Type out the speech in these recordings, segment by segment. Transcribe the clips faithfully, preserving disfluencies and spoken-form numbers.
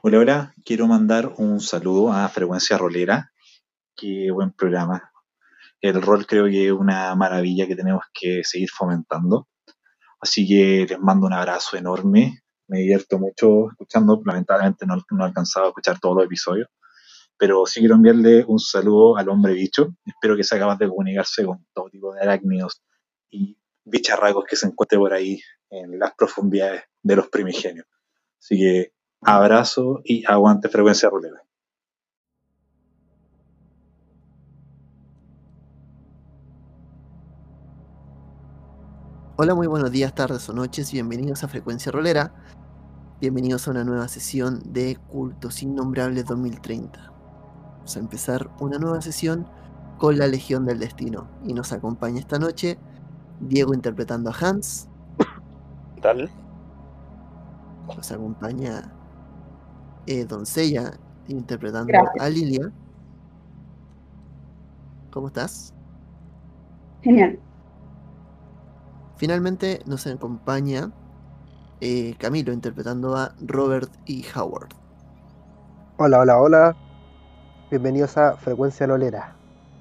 Hola, hola, quiero mandar un saludo a Frecuencia Rolera. Qué buen programa. El rol creo que es una maravilla que tenemos que seguir fomentando. Así que les mando un abrazo enorme. Me divierto mucho escuchando. Lamentablemente no, no he alcanzado a escuchar todos los episodios. Pero sí quiero enviarle un saludo al hombre bicho. Espero que sea capaz de comunicarse con todo tipo de arácnidos y bicharracos que se encuentre por ahí en las profundidades de los primigenios. Así que abrazo y aguante Frecuencia Rolera. Hola, muy buenos días, tardes o noches, bienvenidos a Frecuencia Rolera. Bienvenidos a una nueva sesión de Cultos Innombrables dos mil treinta. Vamos a empezar una nueva sesión con la Legión del Destino. Y nos acompaña esta noche Diego interpretando a Hans. ¿Qué tal? Nos acompaña eh, Doncella interpretando Gracias. a Lilia. ¿Cómo estás? Genial. Finalmente nos acompaña eh, Camilo interpretando a Robert E. Howard. Hola, hola, hola. Bienvenidos a Frecuencia Lolera.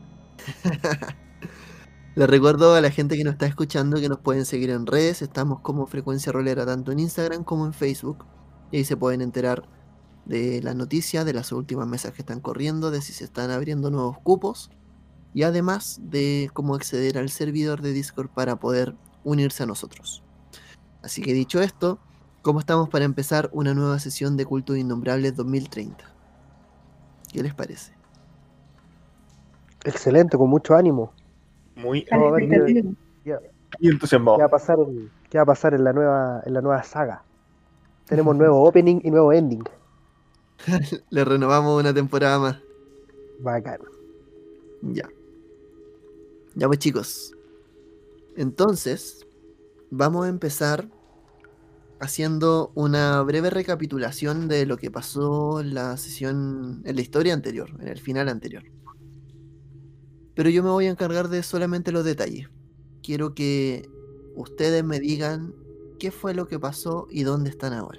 Les recuerdo a la gente que nos está escuchando que nos pueden seguir en redes. Estamos como Frecuencia Rolera tanto en Instagram como en Facebook. Y ahí se pueden enterar de las noticias, de las últimas mesas que están corriendo, de si se están abriendo nuevos cupos. Y además de cómo acceder al servidor de Discord para poder unirse a nosotros. Así que dicho esto, ¿cómo estamos para empezar una nueva sesión de Cultos Innombrables dos mil treinta? ¿Qué les parece? Excelente, con mucho ánimo. Muy, Vamos a ver qué, Expectativa. qué- muy entusiasmado. qué va a pasar en, qué va a pasar en la nueva, en la nueva saga. Tenemos nuevo opening y nuevo ending. Le renovamos una temporada más. Bacán. Ya. Ya pues chicos. Entonces, vamos a empezar haciendo una breve recapitulación de lo que pasó en la sesión, en la historia anterior, en el final anterior. Pero yo me voy a encargar de solamente los detalles. Quiero que ustedes me digan qué fue lo que pasó y dónde están ahora.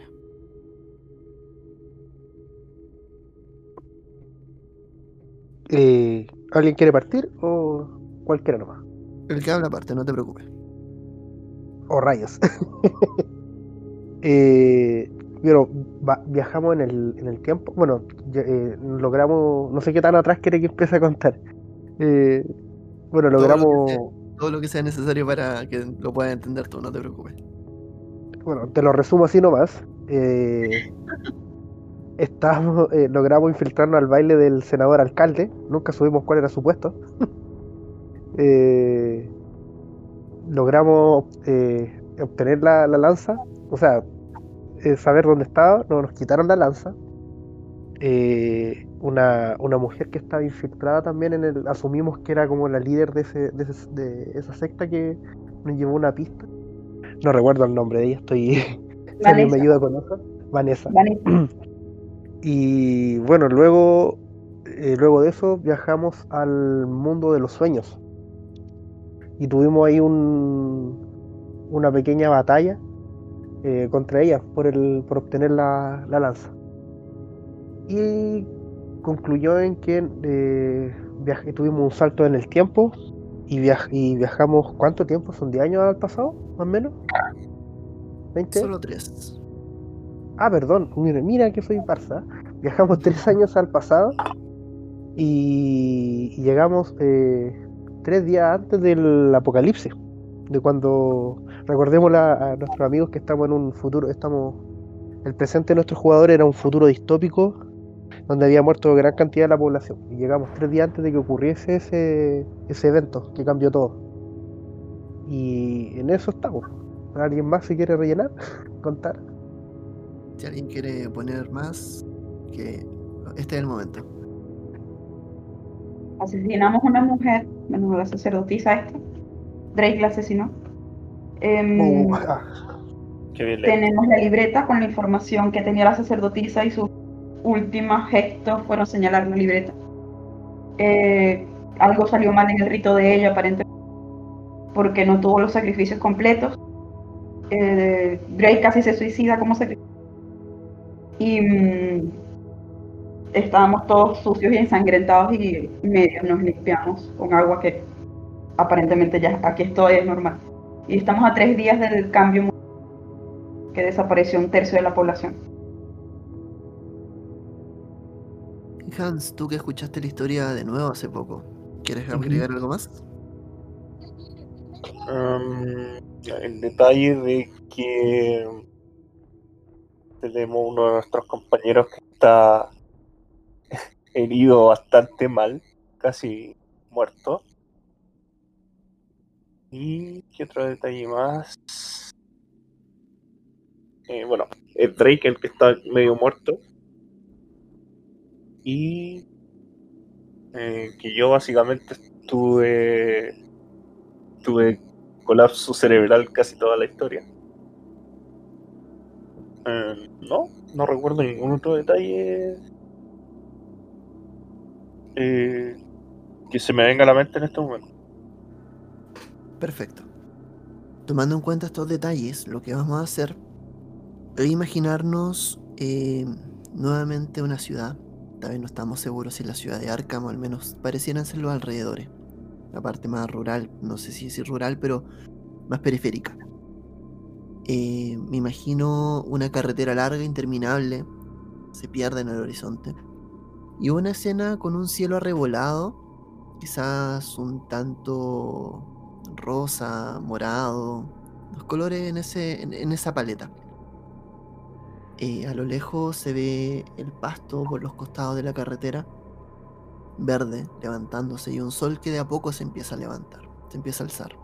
Eh, ¿Alguien quiere partir o cualquiera nomás? El que habla aparte, no te preocupes. O rayos. eh, pero va- viajamos en el, en el tiempo. Bueno, ya, eh, logramos. No sé qué tan atrás quiere que empiece a contar. Eh, bueno, Todo lo, que logramos. sea, todo lo que sea necesario para que lo puedas entender tú, no te preocupes. Bueno, te lo resumo así nomás. Eh, estábamos, eh, logramos infiltrarnos al baile del senador alcalde. Nunca supimos cuál era su puesto. Eh, logramos eh, obtener la, la lanza. O sea, eh, saber dónde estaba. No, nos quitaron la lanza. Eh, una, una mujer que estaba infiltrada también en el. Asumimos que era como la líder de, ese, de, ese- de esa secta que nos llevó una pista. No recuerdo el nombre de ella. Estoy. Si alguien me Vanessa. ayuda con eso. Vanessa. Vanessa. Y bueno, luego, eh, luego de eso viajamos al mundo de los sueños. Y tuvimos ahí un, una pequeña batalla eh, contra ella por, el, por obtener la, la lanza. Y concluyó en que eh, viaj- tuvimos un salto en el tiempo y, viaj- y viajamos, ¿cuánto tiempo? ¿Son diez años al pasado? ¿Más o menos? ¿veinte? Solo tres. Ah, perdón, mira, mira que soy Barça. Viajamos tres años al pasado y, y llegamos eh, tres días antes del apocalipsis. De cuando recordemos a nuestros amigos que estamos en un futuro, estamos. El presente de nuestro jugador era un futuro distópico donde había muerto gran cantidad de la población. Y llegamos tres días antes de que ocurriese ese, ese evento que cambió todo. Y en eso estamos. ¿Alguien más se quiere rellenar? ¿Contar? Si alguien quiere poner más, que este es el momento. Asesinamos a una mujer, bueno, la sacerdotisa esta. Drake la asesinó. Em, Oh, ah, Qué bien leído. tenemos la libreta con la información que tenía la sacerdotisa y sus últimos gestos fueron señalar una libreta. Eh, algo salió mal en el rito de ella, aparentemente, porque no tuvo los sacrificios completos. Eh, Drake casi se suicida como sacrificio. y mm, estábamos todos sucios y ensangrentados y medio nos limpiamos con agua que aparentemente ya aquí esto es normal. Y estamos a tres días del cambio que desapareció un tercio de la población. Hans, tú que escuchaste la historia de nuevo hace poco, ¿quieres agregar algo más? Um, el detalle de que tenemos uno de nuestros compañeros que está herido bastante mal, casi muerto. ¿Y qué otro detalle más? Eh, bueno, el Drake, el que está medio muerto. Y eh, que yo básicamente tuve, tuve colapso cerebral casi toda la historia. Eh, no, no recuerdo ningún otro detalle eh, que se me venga a la mente en este momento. Perfecto. Tomando en cuenta estos detalles, lo que vamos a hacer es imaginarnos eh, nuevamente una ciudad. Tal vez no estamos seguros si la ciudad de Arkham, o al menos parecieran ser los alrededores. La parte más rural, no sé si es rural, pero más periférica. Eh, me imagino una carretera larga, interminable, se pierde en el horizonte. Y una escena con un cielo arrebolado, quizás un tanto rosa, morado, los colores en, ese, en, en esa paleta. Eh, a lo lejos se ve el pasto por los costados de la carretera, verde, levantándose, y un sol que de a poco se empieza a levantar, se empieza a alzar.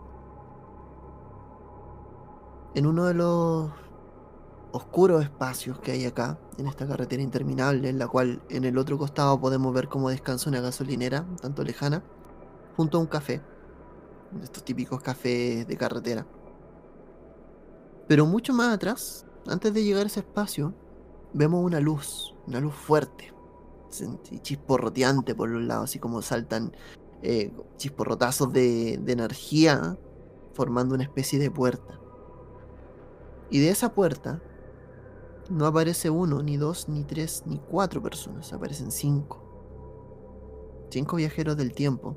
En uno de los oscuros espacios que hay acá, en esta carretera interminable, en la cual en el otro costado podemos ver cómo descansa una gasolinera, un tanto lejana, junto a un café, estos típicos cafés de carretera. Pero mucho más atrás, antes de llegar a ese espacio, vemos una luz, una luz fuerte, chisporroteante por los lados, así como saltan eh, chisporrotazos de, de energía, formando una especie de puerta. Y de esa puerta no aparece uno, ni dos, ni tres, ni cuatro personas, aparecen cinco. Cinco viajeros del tiempo,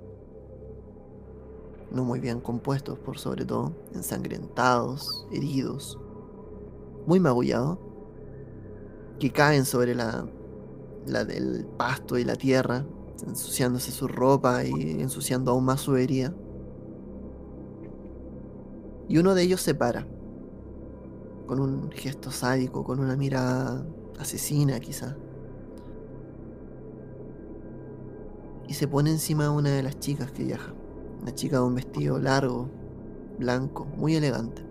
no muy bien compuestos por sobre todo, ensangrentados, heridos, muy magullados, que caen sobre la, la del pasto y la tierra, ensuciándose su ropa y ensuciando aún más su herida. Y uno de ellos se para, con un gesto sádico, con una mirada asesina quizá, y se pone encima de una de las chicas que viaja. Una chica de un vestido largo, blanco, muy elegante.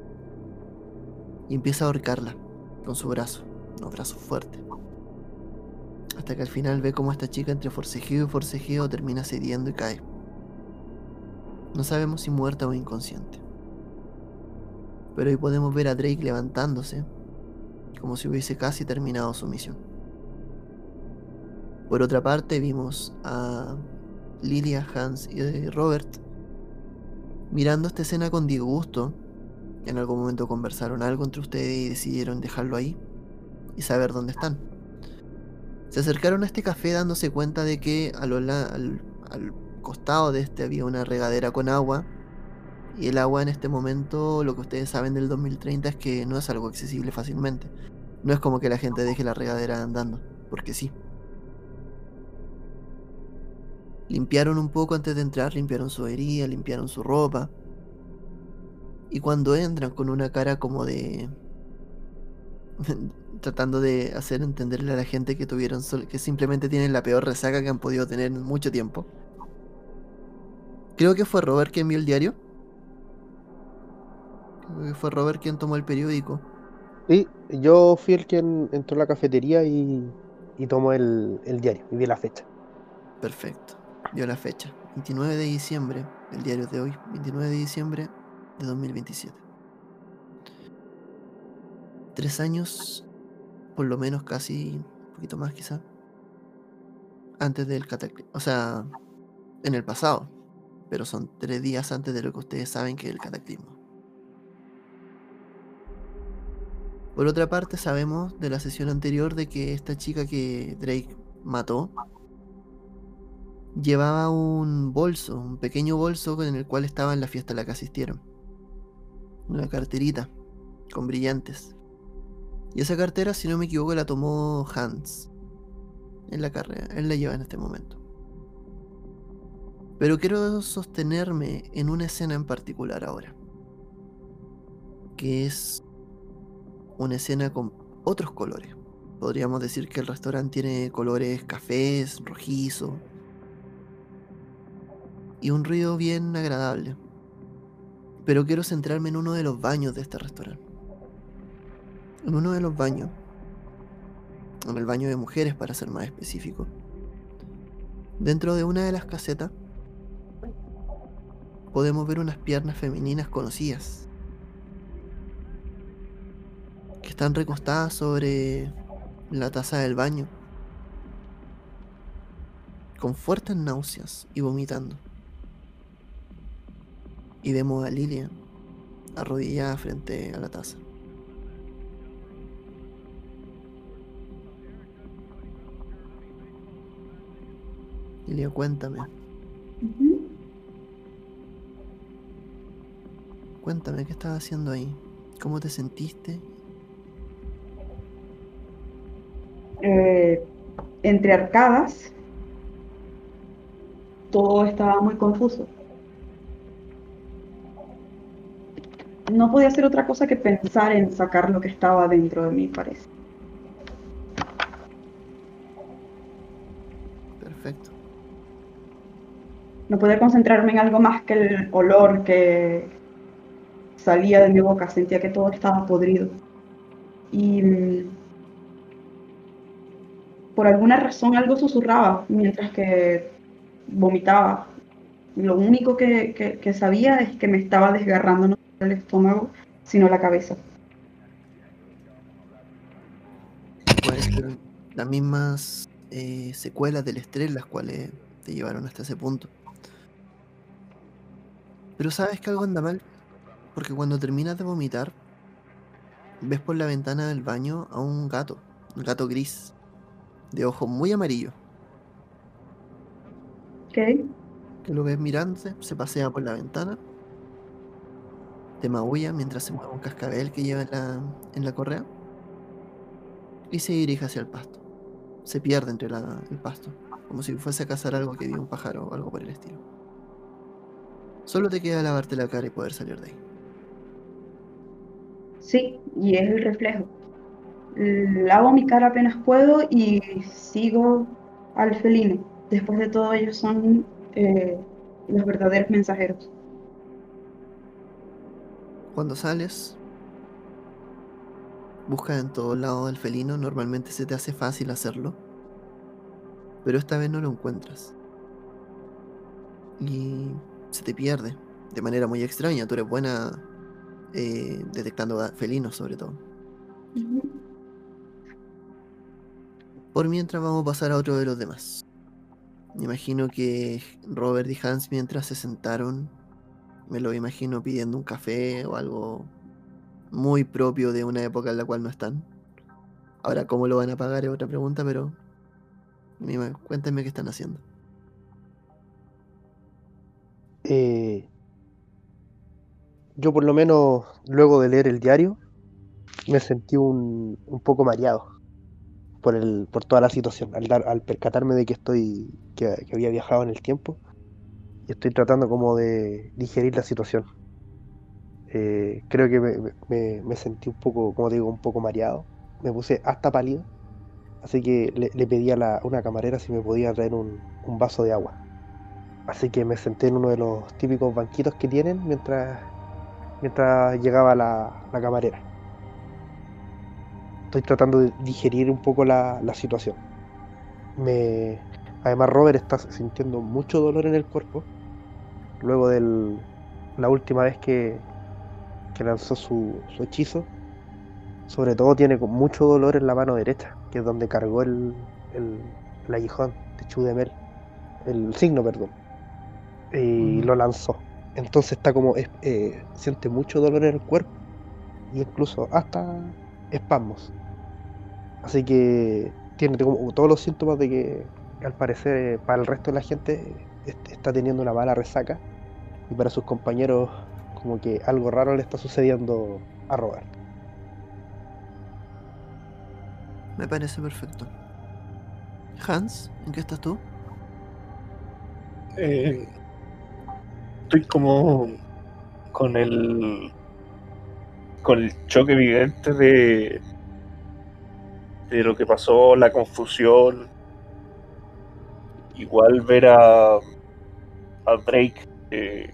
Y empieza a ahorcarla con su brazo, unos brazos fuertes. Hasta que al final ve cómo esta chica, entre forcejeo y forcejeo, termina cediendo y cae. No sabemos si muerta o inconsciente. Pero hoy podemos ver a Drake levantándose, como si hubiese casi terminado su misión. Por otra parte, vimos a Lilia, Hans y Robert mirando esta escena con disgusto. En algún momento conversaron algo entre ustedes y decidieron dejarlo ahí y saber dónde están. Se acercaron a este café dándose cuenta de que a lo la- al, al costado de este había una regadera con agua, y el agua en este momento, lo que ustedes saben del dos mil treinta es que no es algo accesible fácilmente. No es como que la gente deje la regadera andando, porque sí. Limpiaron un poco antes de entrar, limpiaron su herida, limpiaron su ropa. Y cuando entran con una cara como de... tratando de hacer entenderle a la gente que tuvieron sol- que simplemente tienen la peor resaca que han podido tener en mucho tiempo. Creo que fue Robert quien vio el diario. Creo que fue Robert quien tomó el periódico. Sí, yo fui el quien entró a la cafetería y, y tomó el, el diario y vi la fecha. Perfecto. Vio la fecha. veintinueve de diciembre. El diario de hoy. veintinueve de diciembre de dos mil veintisiete. Tres años, por lo menos, casi un poquito más quizá, antes del cataclismo. O sea, en el pasado. Pero son tres días antes de lo que ustedes saben que es el cataclismo. Por otra parte, sabemos de la sesión anterior de que esta chica que Drake mató llevaba un bolso, un pequeño bolso con el cual estaba en la fiesta a la que asistieron. Una carterita con brillantes. Y esa cartera, si no me equivoco, la tomó Hans en la carrera. Él la lleva en este momento. Pero quiero sostenerme en una escena en particular ahora, que es una escena con otros colores. Podríamos decir que el restaurante tiene colores cafés, rojizo, y un ruido bien agradable. Pero quiero centrarme en uno de los baños de este restaurante. En uno de los baños, en el baño de mujeres para ser más específico, dentro de una de las casetas podemos ver unas piernas femeninas conocidas que están recostadas sobre la taza del baño con fuertes náuseas y vomitando. Y vemos a Lilia arrodillada frente a la taza. Lilia, cuéntame. Ujú. Cuéntame, ¿qué estabas haciendo ahí? ¿Cómo te sentiste? Eh, entre arcadas, todo estaba muy confuso. No podía hacer otra cosa que pensar en sacar lo que estaba dentro de mí, parece. Perfecto. No podía concentrarme en algo más que el olor que salía de mi boca. Sentía que todo estaba podrido. Y mm, por alguna razón algo susurraba mientras que vomitaba. Lo único que, que- que sabía es que me estaba desgarrando no solo el estómago, sino la cabeza. Pueden ser las mismas eh, secuelas del estrés las cuales te llevaron hasta ese punto. Pero sabes que algo anda mal, porque cuando terminas de vomitar, ves por la ventana del baño a un gato, un gato gris, de ojos muy amarillos, ¿Ok? que lo ves mirándote, se pasea por la ventana, te maulla mientras se mueve un cascabel que lleva en la, en la correa y se dirige hacia el pasto. Se pierde entre la- el pasto, como si fuese a cazar algo que vio un pájaro o algo por el estilo. Solo te queda lavarte la cara y poder salir de ahí. Sí, y es el reflejo. Lavo mi cara apenas puedo y sigo al felino. Después de todo, ellos son eh, los verdaderos mensajeros. Cuando sales, buscas en todos lados al felino, normalmente se te hace fácil hacerlo, pero esta vez no lo encuentras. Y se te pierde de manera muy extraña. Tú eres buena eh, detectando ga- felinos, sobre todo. Ujú. Por mientras vamos a pasar a otro de los demás. Me imagino que Robert y Hans, mientras se sentaron, me lo imagino pidiendo un café o algo muy propio de una época en la cual no están. Ahora, ¿cómo lo van a pagar? Es otra pregunta, pero dime, cuéntenme qué están haciendo. Eh, yo por lo menos, luego de leer el diario, me sentí un, un poco mareado por el, por toda la situación, al dar, al percatarme de que estoy, que, que había viajado en el tiempo, y estoy tratando como de digerir la situación. Eh, creo que me, me- me sentí un poco, como te digo, un poco mareado. Me puse hasta pálido, así que le, le pedí a la- una camarera si me podía traer un, un vaso de agua. Así que me senté en uno de los típicos banquitos que tienen mientras, mientras llegaba la, la camarera. Estoy tratando de digerir un poco la, la situación. Me, además, Robert está sintiendo mucho dolor en el cuerpo luego de la última vez que, que lanzó su, su hechizo. Sobre todo tiene con mucho dolor en la mano derecha, que es donde cargó el, el, el aguijón de Chudemel, el signo, perdón, y Mm. lo lanzó. Entonces está como, es- eh, siente mucho dolor en el cuerpo, y incluso hasta, espasmos. Así que tiene como todos los síntomas de que, al parecer, eh, para el resto de la gente est- está teniendo una mala resaca, y para sus compañeros como que algo raro le está sucediendo a Robert. Me parece perfecto. Hans, ¿en qué estás tú? Eh, estoy como con el con el choque evidente de de lo que pasó, la confusión. Igual ver a, a Drake eh,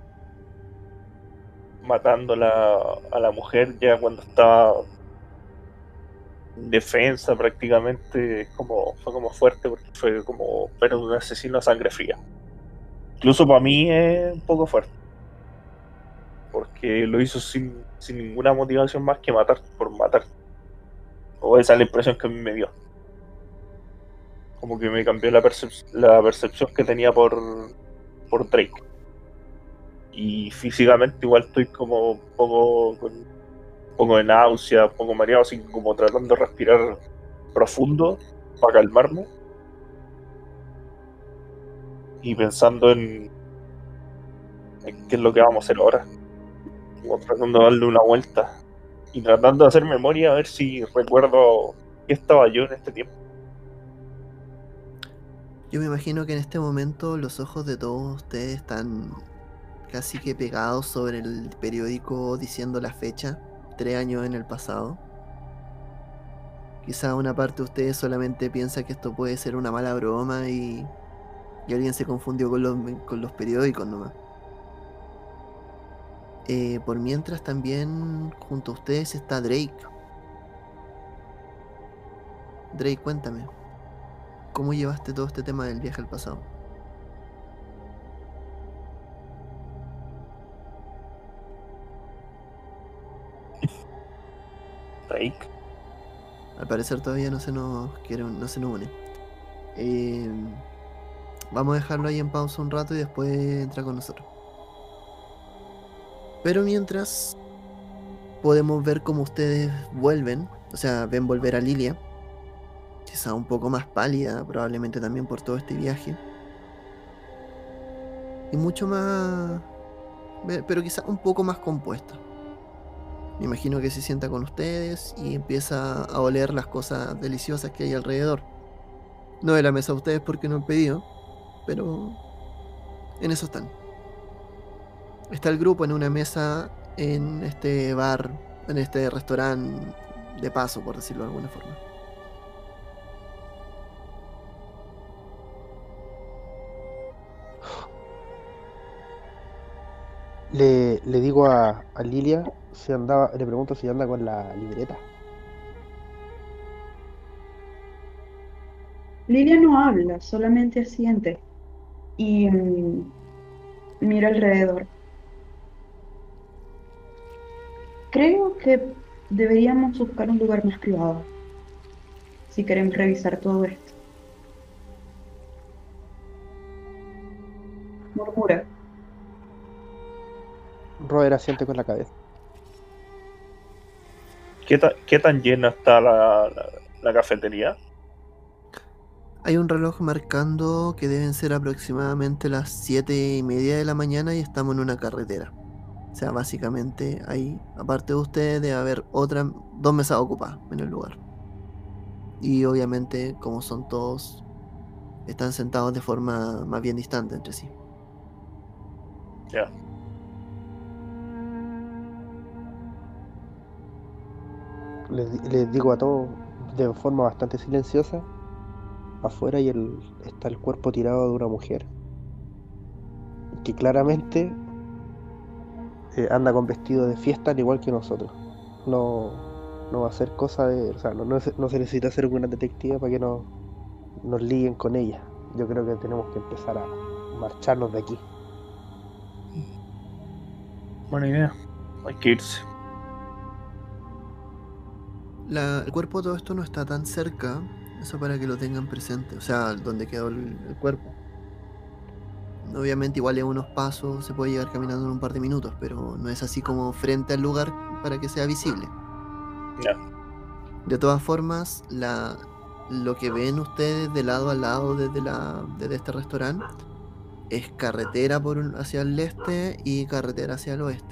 matando a la, a la mujer ya cuando estaba en defensa prácticamente, es como, fue como fuerte porque fue como ver a un asesino a sangre fría. Incluso para mí es un poco fuerte, porque lo hizo sin, sin ninguna motivación más que matar por matar. O esa es la impresión que a mí me dio. Como que me cambió la, percep- la percepción que tenía por, por Drake. Y físicamente igual estoy como un poco con un poco de náusea, un poco mareado, así como tratando de respirar profundo para calmarme. Y pensando en, en qué es lo que vamos a hacer ahora. Como tratando de darle una vuelta. Y tratando de hacer memoria a ver si recuerdo qué estaba yo en este tiempo. Yo me imagino que en este momento los ojos de todos ustedes están casi que pegados sobre el periódico diciendo la fecha, tres años en el pasado. Quizá una parte de ustedes solamente piensa que esto puede ser una mala broma y, y alguien se confundió con los, con los periódicos nomás. Eh, por mientras también junto a ustedes está Drake. Drake, cuéntame, ¿cómo llevaste todo este tema del viaje al pasado? Drake. Al parecer todavía no se nos quiere, no se nos une. Eh, vamos a dejarlo ahí en pausa un rato y después entra con nosotros. Pero mientras podemos ver cómo ustedes vuelven, o sea, ven volver a Lilia, quizá un poco más pálida, probablemente también por todo este viaje. Y mucho más, ve- pero quizá un poco más compuesta. Me imagino que se sienta con ustedes y empieza a oler las cosas deliciosas que hay alrededor. No de la mesa de ustedes porque no han pedido, pero en eso están. Está el grupo en una mesa en este bar, en este restaurante de paso, por decirlo de alguna forma. Le, le digo a, a Lilia si andaba, le pregunto si anda con la libreta. Lilia no habla, solamente asiente y mm, mira alrededor. Creo que deberíamos buscar un lugar más privado si queremos revisar todo esto. Murmura. Robert asiente con la cabeza. ¿Qué, ta- qué tan llena está la, la, la cafetería? Hay un reloj marcando que deben ser aproximadamente las siete y media de la mañana y estamos en una carretera. O sea, básicamente ahí, aparte de ustedes, debe haber otras dos mesas ocupadas en el lugar. Y obviamente, como son todos, están sentados de forma más bien distante entre sí. Ya. Les, di- les digo a todos de forma bastante silenciosa. Afuera y el, está el cuerpo tirado de una mujer que claramente eh, anda con vestido de fiesta al igual que nosotros. No, no va a ser cosa de... O sea, no, no se, no se necesita ser una detective para que no, nos liguen con ella. Yo creo que tenemos que empezar a marcharnos de aquí. Buena idea. Hay que irse. La- el cuerpo de todo esto no está tan cerca, eso para que lo tengan presente, o sea, donde quedó el, el cuerpo. Obviamente igual en unos pasos se puede llegar caminando en un par de minutos, pero no es así como frente al lugar para que sea visible. Ya. De todas formas, la, lo que ven ustedes de lado a lado desde, la, desde este restaurante es carretera por un- hacia el este y carretera hacia el oeste.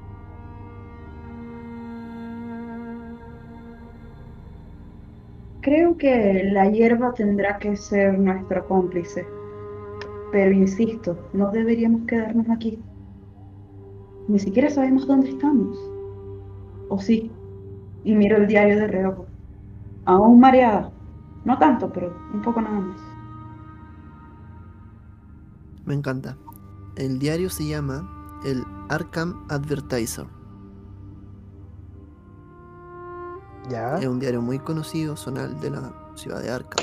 Creo que la hierba tendrá que ser nuestro cómplice, pero insisto, no deberíamos quedarnos aquí. Ni siquiera sabemos dónde estamos. ¿O sí? Y miro el diario de reojo. Aún mareada. No tanto, pero un poco nada más. Me encanta. El diario se llama el Arkham Advertiser. ¿Ya? Es un diario muy conocido, zonal de la ciudad de Arkham.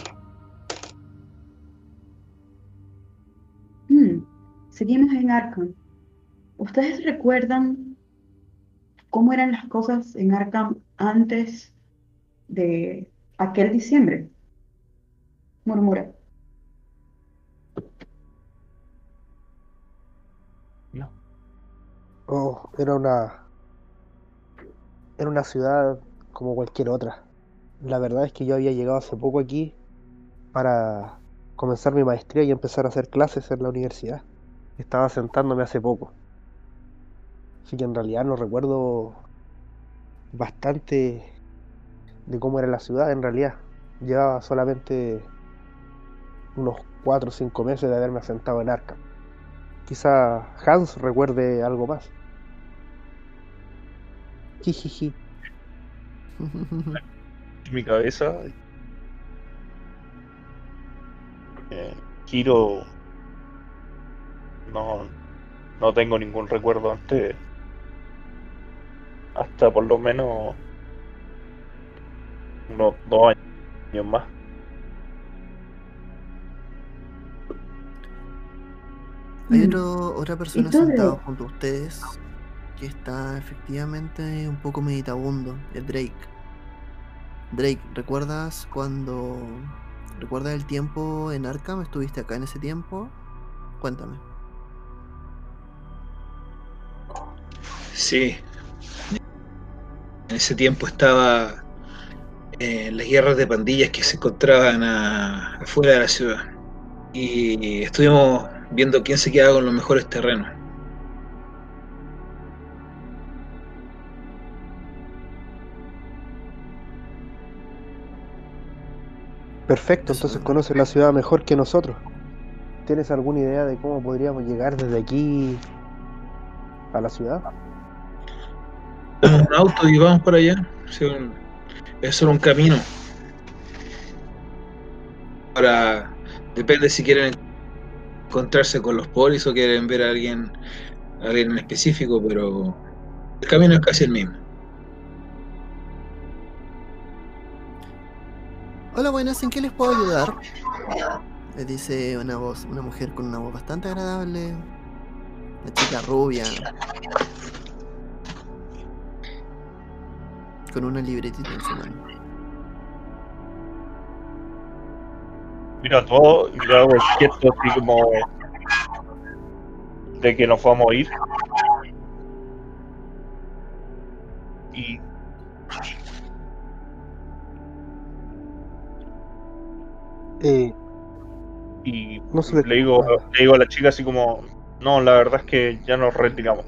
Hmm, Seguimos en Arkham. ¿Ustedes recuerdan cómo eran las cosas en Arkham antes de aquel diciembre? Murmura. No. Oh, era una, era una ciudad como cualquier otra. La verdad es que yo había llegado hace poco aquí para comenzar mi maestría y empezar a hacer clases en la universidad. Estaba sentándome hace poco. Así que en realidad no recuerdo bastante de cómo era la ciudad en realidad. Llevaba solamente unos cuatro o cinco meses de haberme asentado en Arkham. Quizá Hans recuerde algo más. Jijiji. En mi cabeza eh, giro. No, no tengo ningún recuerdo antes. Hasta por lo menos unos dos años más. Hay Hmm, otro, otra persona ¿Y tú, sentada Drake? junto a ustedes que está efectivamente un poco meditabundo. Es Drake. Drake, ¿recuerdas cuando... ¿Recuerdas el tiempo en Arkham? ¿Estuviste acá en ese tiempo? Cuéntame. Sí, en ese tiempo estaba en las guerras de pandillas que se encontraban a- afuera de la ciudad. Y estuvimos viendo quién se quedaba con los mejores terrenos. Perfecto, Eso entonces me- conoces la ciudad mejor que nosotros. ¿Tienes alguna idea de cómo podríamos llegar desde aquí a la ciudad? Tomamos un auto y vamos para allá. Sí, un- es solo un camino. Ahora, depende si quieren encontrarse con los polis o quieren ver a alguien, a alguien en específico, pero el camino es casi el mismo. Hola, buenas, ¿en qué les puedo ayudar? Les dice una voz, una mujer con una voz bastante agradable. Una chica rubia. Con una libretita en su mano. Mira todo y le hago el gesto así como de que nos vamos a ir. Y Eh, Y no se le... le digo, ah, ya. le digo a la chica así como, no, la verdad es que ya nos retiramos.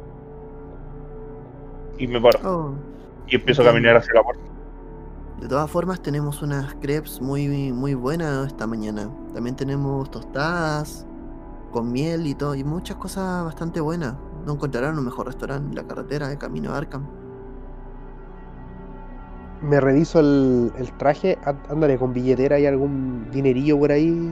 Y me paro. Oh, Y empiezo a caminar entiendo. hacia la puerta. De todas formas, tenemos unas crepes muy, muy buenas esta mañana. También tenemos tostadas con miel y todo, y muchas cosas bastante buenas. No encontrarán un mejor restaurante en la carretera de camino a Arkham. Me reviso el, el traje. Á- Ándale, con billetera y algún dinerillo por ahí,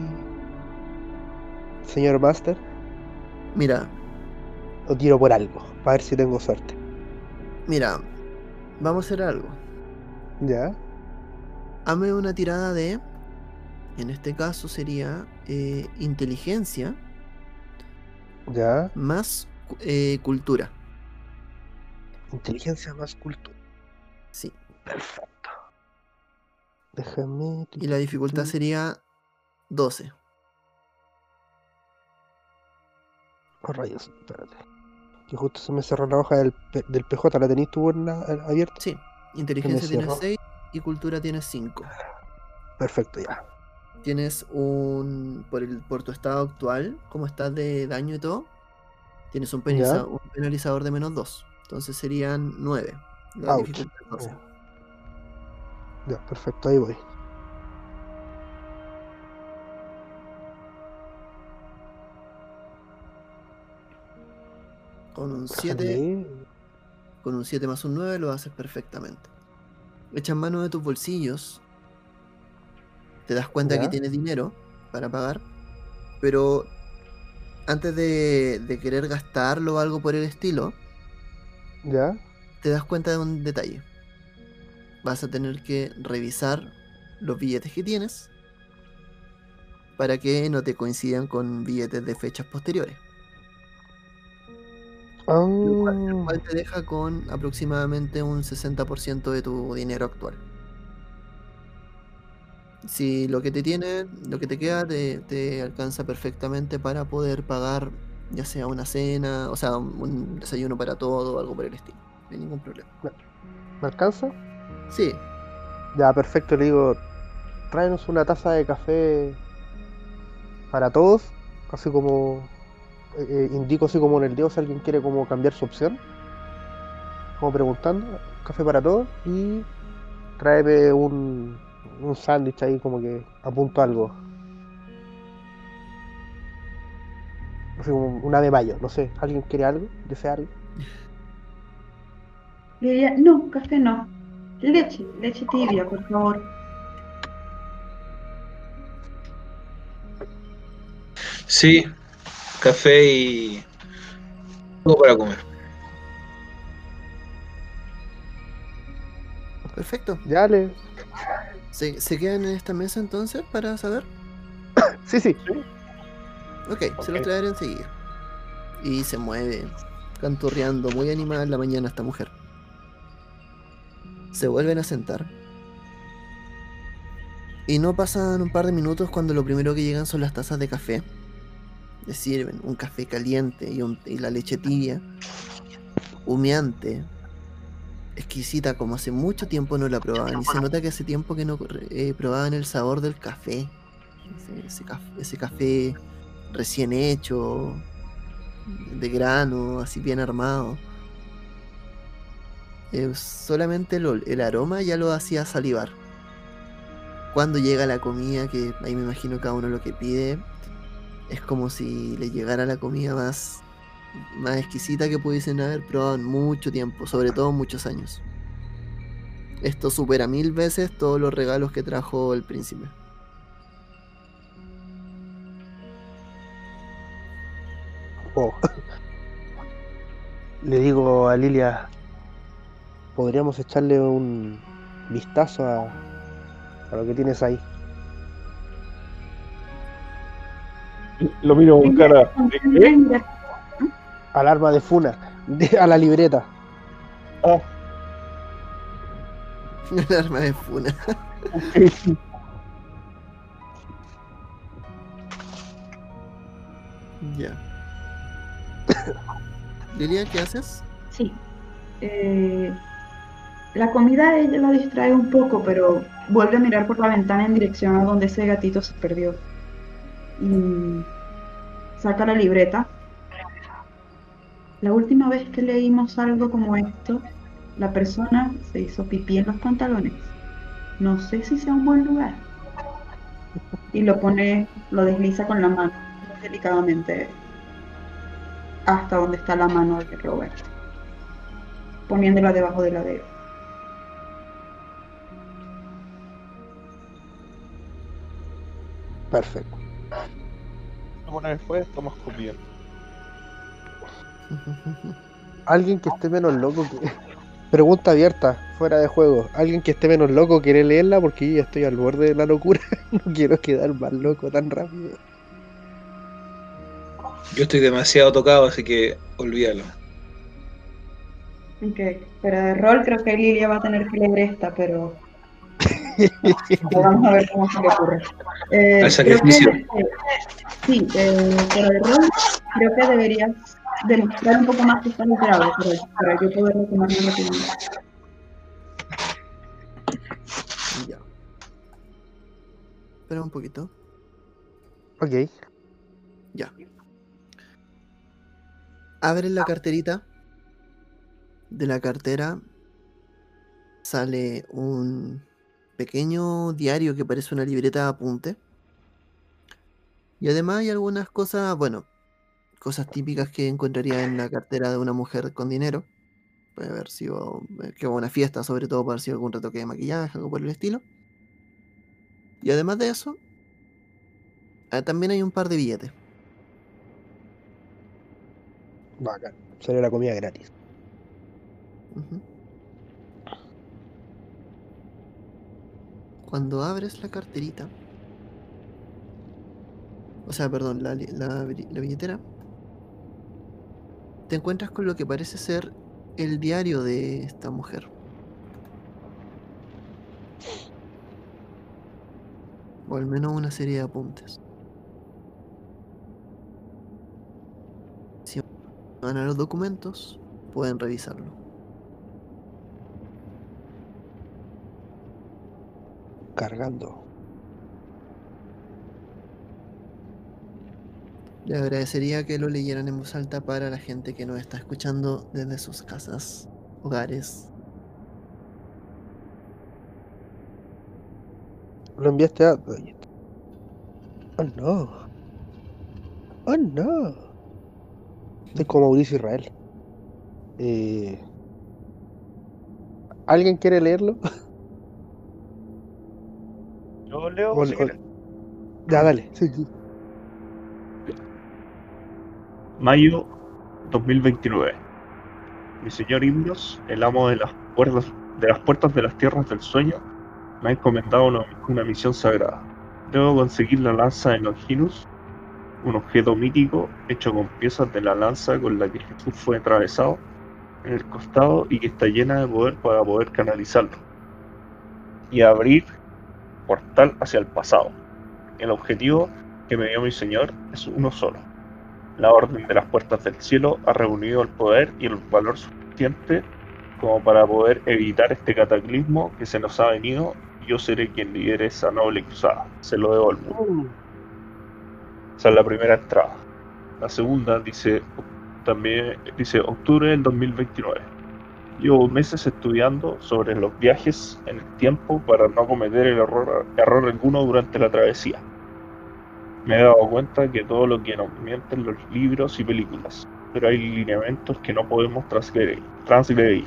señor Master. Mira, O tiro por algo, para ver si tengo suerte. mira, vamos a hacer algo. ¿Ya? Hazme una tirada de, en este caso sería eh, inteligencia ¿Ya? más eh, cultura. Inteligencia más cultura. Sí. Perfecto. Déjame... tu, Y la tu, tu, dificultad tu. sería doce. Oh, rayos, espérate. Que justo se me cerró la hoja del, P- del P J. ¿La tenéis tú en la- en- abierta? Sí. Se me Inteligencia tiene cerró. seis y cultura tienes cinco. Perfecto, ya. Tienes un. Por, el, por tu estado actual, como estás de daño y todo, tienes un, penaliza, Ya. un penalizador de menos dos. Entonces serían nueve. La Ouch. dificultad doce. Ya. Ya, perfecto, ahí voy. Con un Déjame siete. leer. Con un siete más un nueve lo haces perfectamente. Echas mano de tus bolsillos. Te das cuenta Ya. que tienes dinero para pagar. Pero antes de, de querer gastarlo o algo por el estilo, Ya. te das cuenta de un detalle. Vas a tener que revisar los billetes que tienes para que no te coincidan con billetes de fechas posteriores. Ah, Lo cual, lo cual te deja con aproximadamente un sesenta por ciento de tu dinero actual. Si lo que te tiene, lo que te queda, te, te alcanza perfectamente para poder pagar ya sea una cena, o sea, un, un desayuno para todo o algo por el estilo. No hay ningún problema. ¿me alcanza? Sí, Ya, perfecto, le digo, tráenos una taza de café para todos, así como eh, eh, indico así como en el dedo si alguien quiere como cambiar su opción, como preguntando, café para todos y tráeme un, un sándwich ahí como que apunto algo, así como una de mayo, no sé, ¿alguien quiere algo? ¿Desea algo? Lilia, no, café no. Leche, leche tibia, por favor. Sí, café y algo para comer. perfecto. Ya le... ¿Se, se quedan en esta mesa entonces para saber? Sí, sí. Ok, se los Ok. traeré enseguida. Y se mueve, canturreando, muy animada en la mañana esta mujer. Se vuelven a sentar. Y no pasan un par de minutos cuando lo primero que llegan son las tazas de café. Les sirven un café caliente y, un- y la leche tibia, humeante, exquisita, como hace mucho tiempo no la probaban. Y se nota que hace tiempo que no eh, probaban el sabor del café. Ese, ese caf- ese café recién hecho, de grano, así bien armado. Eh, solamente el, ol- el aroma ya lo hacía salivar. Cuando llega la comida, que ahí me imagino cada uno lo que pide, es como si le llegara la comida más, más exquisita que pudiesen haber probado en mucho tiempo, sobre todo en muchos años. Esto supera mil veces todos los regalos que trajo el príncipe. Oh. Le digo a Lilia, podríamos echarle un vistazo a, a lo que tienes ahí. Lo miro con Lilia, cara de continúa ¿qué? en ver- Al arma de Funa, de- a la libreta. Ah, El arma de Funa. ok. Ya. Lilia, ¿qué haces? Sí. Eh, la comida a ella la distrae un poco, pero vuelve a mirar por la ventana en dirección a donde ese gatito se perdió. Y saca la libreta. La última vez que leímos algo como esto, la persona se hizo pipí en los pantalones. No sé si sea un buen lugar. Y lo pone, lo desliza con la mano, muy delicadamente, hasta donde está la mano de Robert, poniéndola debajo de la de él. Perfecto. Una vez fue, estamos comiendo. Alguien que esté menos loco que... Pregunta abierta, fuera de juego. Alguien que esté menos loco quiere leerla porque yo ya estoy al borde de la locura. No quiero quedar más loco tan rápido. Yo estoy demasiado tocado, así que olvídalo. Ok, pero de rol creo que Lilia va a tener que leer esta, pero vamos a ver cómo se le ocurre. Eh, Al creo que, sacrificio. eh, sí, eh, pero de rol creo que deberías demostrar un poco más que estás alterado para, para yo poder retomarme rápidamente. espera un poquito. Ok. Ya. Abres la carterita. De la cartera sale un pequeño diario que parece una libreta de apunte. Y además hay algunas cosas, bueno, cosas típicas que encontraría en la cartera de una mujer con dinero. Puede haber sido eh, que va a una fiesta, sobre todo puede haber sido algún retoque de maquillaje, algo por el estilo. Y además de eso, ah, también hay un par de billetes. Bacán. Sale la comida gratis. Ujú. Cuando abres la carterita, o sea, perdón, la, li- la bri- la billetera, te encuentras con lo que parece ser el diario de esta mujer. O al menos una serie de apuntes. Si van a los documentos, pueden revisarlo. Cargando. Le agradecería que lo leyeran en voz alta para la gente que nos está escuchando desde sus casas, hogares. Lo enviaste a. Ahí está. Oh no. Oh no. Estoy como Mauricio Israel. Eh, ¿Alguien quiere leerlo? Yo leo, O- si o- quieres. Ya, dale. Sí, sí. Mayo dos mil veintinueve. Mi señor Imros, el amo de las puertas de las puertas de las tierras del sueño, me ha encomendado una, una misión sagrada. Debo conseguir la lanza de Longinus, un objeto mítico hecho con piezas de la lanza con la que Jesús fue atravesado en el costado y que está llena de poder para poder canalizarlo y abrir portal hacia el pasado. El objetivo que me dio mi señor es uno solo. La Orden de las Puertas del Cielo ha reunido el poder y el valor suficiente como para poder evitar este cataclismo que se nos ha venido, y yo seré quien lidere esa noble cruzada. Se lo debo al mundo. Mm, Esa es la primera entrada. La segunda dice también dice octubre del dos mil veintinueve. Llevo meses estudiando sobre los viajes en el tiempo para no cometer el error, error alguno durante la travesía. Me he dado cuenta que todo lo que nos mienten los libros y películas, pero hay lineamientos que no podemos transgredir. transgredir.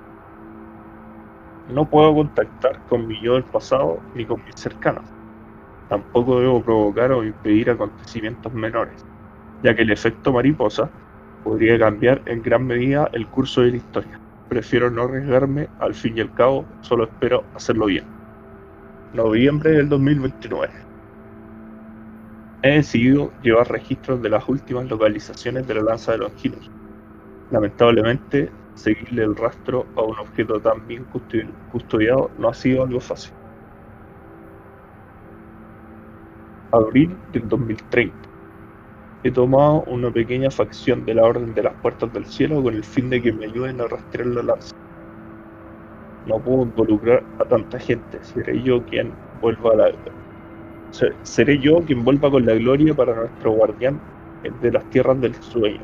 No puedo contactar con mi yo del pasado ni con mis cercanos. Tampoco debo provocar o impedir acontecimientos menores, ya que el efecto mariposa podría cambiar en gran medida el curso de la historia. Prefiero no arriesgarme, al fin y al cabo, solo espero hacerlo bien. Noviembre del dos mil veintinueve. He decidido llevar registros de las últimas localizaciones de la lanza de Longinus. Lamentablemente, seguirle el rastro a un objeto tan bien custodi- custodiado no ha sido algo fácil. Abril del dos mil treinta. He tomado una pequeña facción de la Orden de las Puertas del Cielo con el fin de que me ayuden a rastrear la lanza. No puedo involucrar a tanta gente, seré yo quien vuelva a la... se- seré yo quien vuelva con la gloria para nuestro guardián de las tierras del sueño.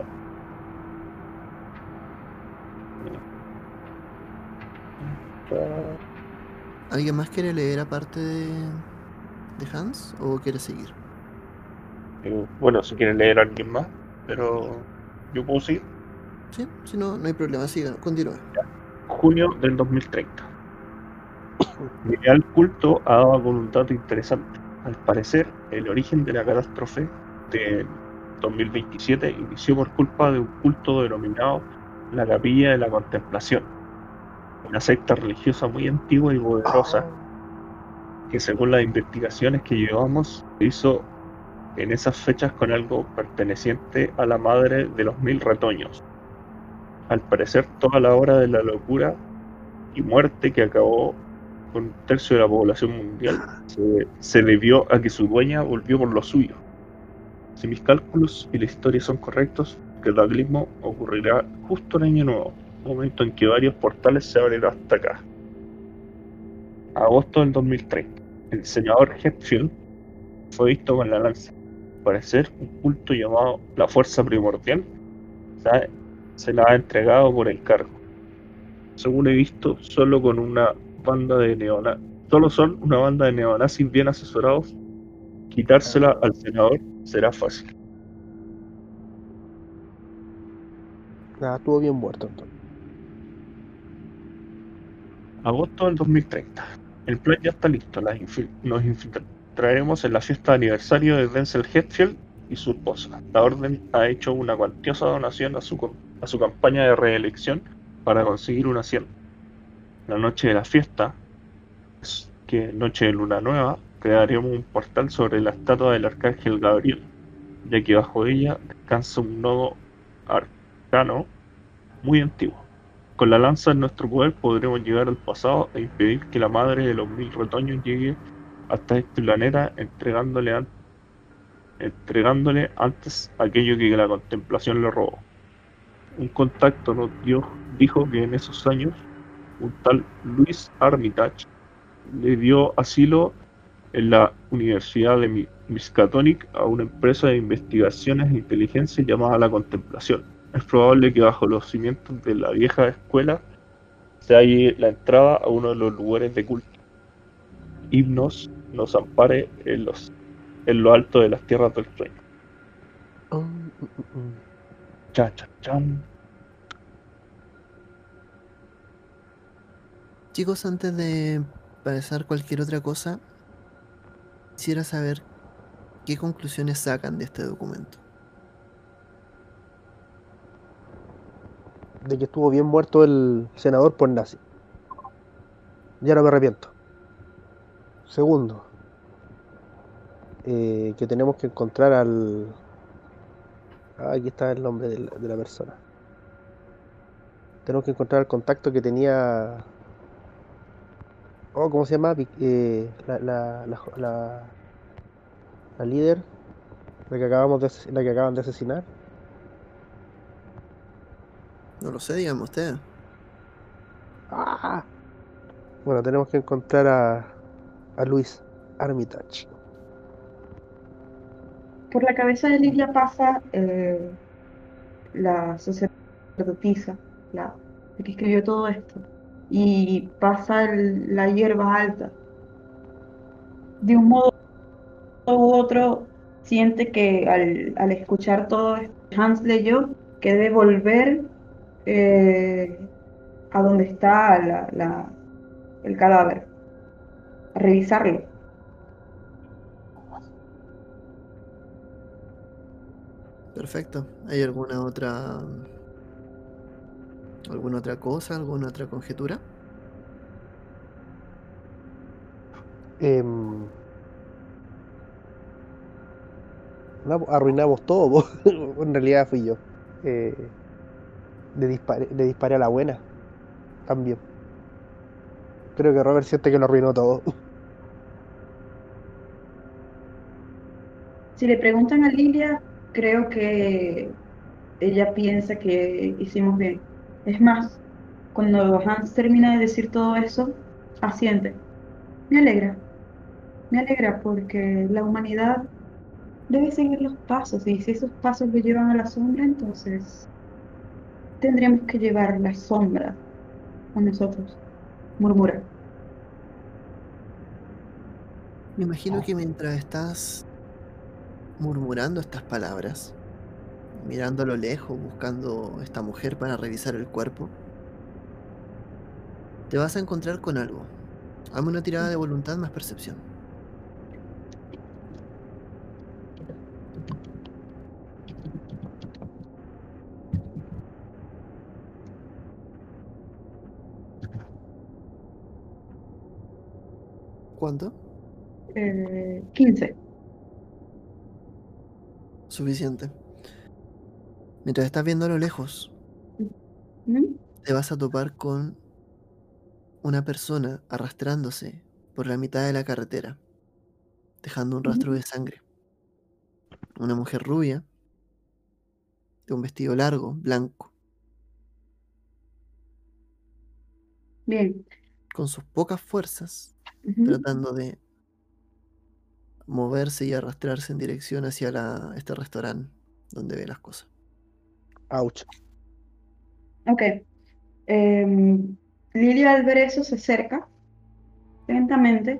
¿Alguien más quiere leer aparte de, de Hans o quiere seguir? Eh, Bueno, si quieren leer a alguien más, pero yo puedo seguir. Sí, si no, no hay problema, sigan, continúe. Junio del dos mil treinta. Mi leal culto ha dado con un dato interesante. Al parecer, el origen de la catástrofe de dos mil veintisiete inició por culpa de un culto denominado la Capilla de la Contemplación, una secta religiosa muy antigua y poderosa que, según las investigaciones que llevamos, se hizo en esas fechas con algo perteneciente a la madre de los mil retoños. Al parecer, toda la hora de la locura y muerte que acabó con un tercio de la población mundial se, se debió a que su dueña volvió por lo suyo. Si mis cálculos y la historia son correctos, el cataclismo ocurrirá justo en Año Nuevo, momento en que varios portales se abren hasta acá. Agosto del dos mil treinta. El diseñador Hetfield fue visto con la lanza. Al parecer, un culto llamado la Fuerza Primordial se, ha- se la ha entregado por encargo. Según he visto, solo con una banda de neonazis, solo son una banda de neonazis bien asesorados, quitársela al senador será fácil. Nada, estuvo bien muerto entonces. Agosto del dos mil treinta. El plan ya está listo. Las infi- nos infiltraremos en la fiesta de aniversario de Denzel Hetfield y su esposa. La orden ha hecho una cuantiosa donación a su, com- a su campaña de reelección para conseguir un asiento. La noche de la fiesta, es que noche de luna nueva, crearemos un portal sobre la estatua del arcángel Gabriel, ya que bajo ella descansa un nodo arcano muy antiguo. Con la lanza en nuestro poder podremos llegar al pasado e impedir que la madre de los mil retoños llegue hasta este planeta entregándole, an- entregándole antes aquello que la contemplación le robó. Un contacto nos dio, dijo que en esos años un tal Luis Armitage le dio asilo en la Universidad de Mi- Miskatonic a una empresa de investigaciones e inteligencia llamada La Contemplación. Es probable que bajo los cimientos de la vieja escuela se halle la entrada a uno de los lugares de culto. Himnos nos ampare en, los, en lo alto de las tierras del sueño. Oh, mm, mm, mm. Cha, cha, chan. Chicos, antes de empezar cualquier otra cosa, quisiera saber qué conclusiones sacan de este documento. De que estuvo bien muerto el senador por nazi. Ya no me arrepiento. Segundo, eh, que tenemos que encontrar al... Ah, aquí está el nombre de la, de la persona. Tenemos que encontrar el contacto que tenía... Oh, ¿cómo se llama? Vic- eh, la, la, la, jo- la- la líder, la que acabamos de, ases- la que acaban de asesinar. No lo sé, díganme ustedes. ¡Ah! Bueno, tenemos que encontrar a, a Luis Armitage. Por la cabeza de Lidia pasa eh, la sacerdotisa, la, la que escribió todo esto, y pasa el- la hierba alta. De un modo u otro, siente que al, al escuchar todo esto, Hans leyó que debe volver eh, a donde está la- la- el cadáver, a revisarlo. Perfecto. ¿Hay alguna otra alguna otra cosa, alguna otra conjetura? Em, no, pues, arruinamos todo, po. En realidad fui yo. Eh, le disparé, le disparé a la buena también. Creo que Robert siente que lo arruinó todo. Si le preguntan a Lilia, creo que ella piensa que hicimos bien. Es más, cuando Hans termina de decir todo eso, asiente. Me alegra, me alegra porque la humanidad debe seguir los pasos y si esos pasos lo llevan a la sombra, entonces tendríamos que llevar la sombra a nosotros, murmura. Me imagino que mientras estás murmurando estas palabras, mirando a lo lejos, buscando esta mujer para revisar el cuerpo, te vas a encontrar con algo. Hazme una tirada de voluntad más percepción. ¿Cuánto? Eh, quince. Suficiente. Mientras estás viendo a lo lejos, ¿Mm? te vas a topar con una persona arrastrándose por la mitad de la carretera, dejando un rastro de sangre. Una mujer rubia, de un vestido largo, blanco, Bien. con sus pocas fuerzas, Ujú. tratando de moverse y arrastrarse en dirección hacia la, este restaurante donde ve las cosas. Ouch. Ok. Em, Lilia al ver eso se acerca lentamente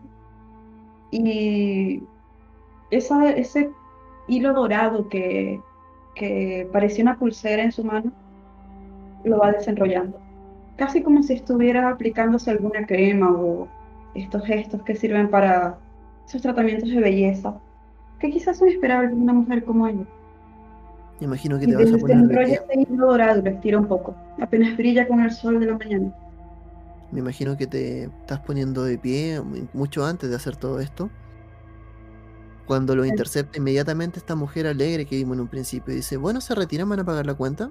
y esa, ese hilo dorado que, que parecía una pulsera en su mano lo va desenrollando. Casi como si estuviera aplicándose alguna crema o estos gestos que sirven para esos tratamientos de belleza, que quizás son esperables de una mujer como ella. Me imagino que Y te vas a poner de desenrolla pie. ese hilo dorado y lo estira un poco. Apenas brilla con el sol de la mañana. Me imagino que te estás poniendo de pie mu- mucho antes de hacer todo esto. Cuando lo intercepta inmediatamente esta mujer alegre que vimos en un principio y dice, bueno, ¿se retiran? ¿Van a pagar la cuenta?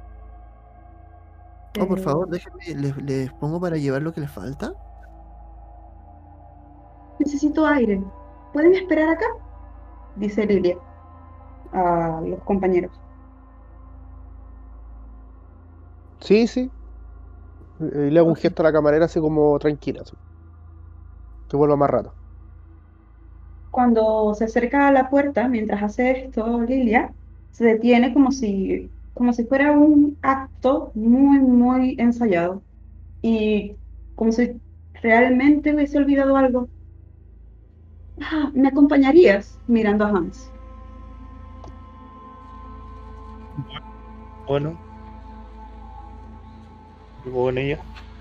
Oh, por Eh, favor, déjenme, les, les pongo para llevar lo que les falta. Necesito aire. ¿Pueden esperar acá? Dice Lilia a los compañeros. Sí, sí. Y le hago un Ok. gesto a la camarera así como tranquila, así, que vuelva más rato. Cuando se acerca a la puerta, mientras hace esto, Lilia se detiene como si, como si fuera un acto muy, muy ensayado y como si realmente hubiese olvidado algo. Ah, ¿me acompañarías? Mirando a Hans. Bueno, vivo con ella.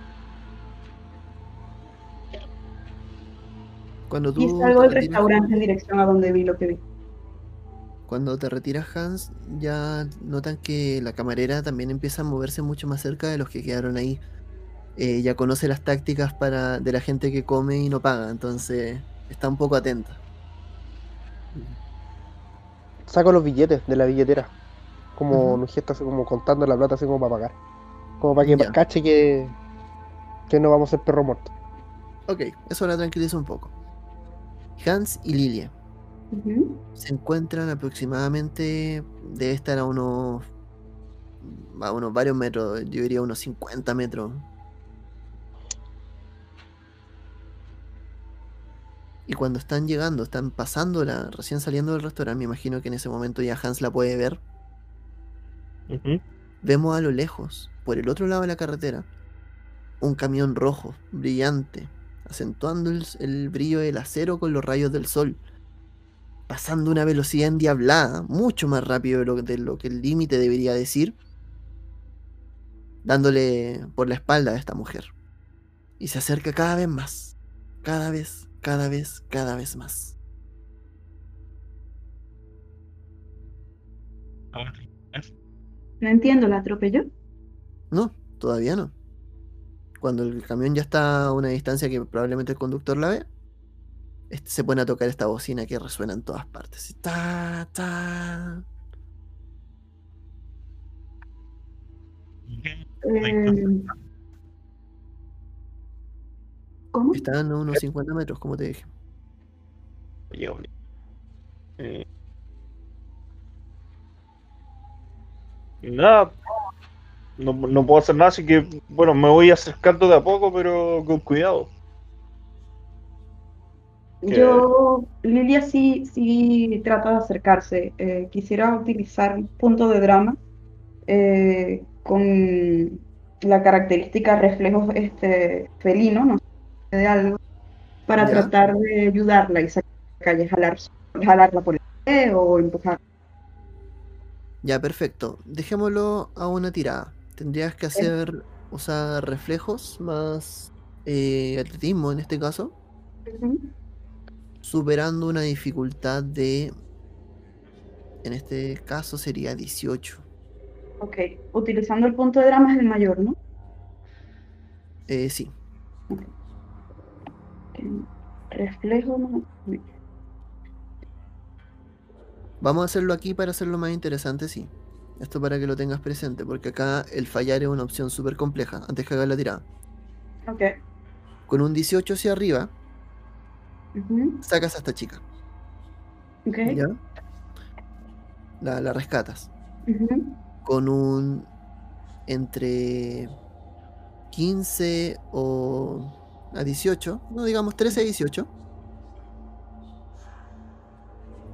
Cuando Y tú salgo te del retiras, restaurante en dirección a donde vi lo que vi. cuando te retiras, Hans, ya notan que la camarera también empieza a moverse mucho más cerca de los que quedaron ahí. Eh, ya conoce las tácticas para, de la gente que come y no paga, entonces está un poco atenta. Saco los billetes de la billetera. Como Ujú. un gesto así como contando la plata así como para pagar. Como para que Ya, cache que, que no vamos a ser perro muerto. ok, eso la tranquiliza un poco. Hans y Lilia Ujú. se encuentran aproximadamente, debe estar a unos, a unos varios metros, yo diría unos cincuenta metros. Y cuando están llegando, están pasándola, recién saliendo del restaurante, me imagino que en ese momento ya Hans la puede ver. Ujú. Vemos a lo lejos, por el otro lado de la carretera, un camión rojo, brillante, acentuando el, el brillo del acero con los rayos del sol, pasando a una velocidad endiablada, mucho más rápido de lo, de lo que el límite debería decir, dándole por la espalda a esta mujer. Y se acerca cada vez más, cada vez, cada vez, cada vez más. Ah, No entiendo, ¿la atropelló? No, todavía no. Cuando el camión ya está a una distancia que probablemente el conductor la ve, este, se pone a tocar esta bocina que resuena en todas partes. Y ta, ta. Eh, ¿Cómo? Están a unos cincuenta metros, como te dije. Llego. Eh, nada, no, no puedo hacer nada, así que, bueno, me voy acercando de a poco, pero con cuidado. Que Yo, Lilia sí, sí trata de acercarse. Eh, quisiera utilizar un punto de drama eh, con la característica reflejo este, felino, no sé, de algo, para ¿Ya? tratar de ayudarla y sacar a la calle, jalar, jalarla por el pie o empujar. Ya, perfecto. Dejémoslo a una tirada. Tendrías que hacer, usar reflejos más eh, atletismo en este caso, Ujú. superando una dificultad de, en este caso sería dieciocho. Ok, utilizando el punto de drama es el mayor, ¿no? Eh, sí. Ok. Eh, Reflejo más. Vamos a hacerlo aquí para hacerlo más interesante, sí. Esto para que lo tengas presente, porque acá el fallar es una opción súper compleja antes que hagas la tirada. Ok. Con un dieciocho hacia arriba, Ujú. sacas a esta chica. Ok. ¿Ya? La, la rescatas. Ujú. Con un entre quince o a dieciocho, no digamos trece a dieciocho,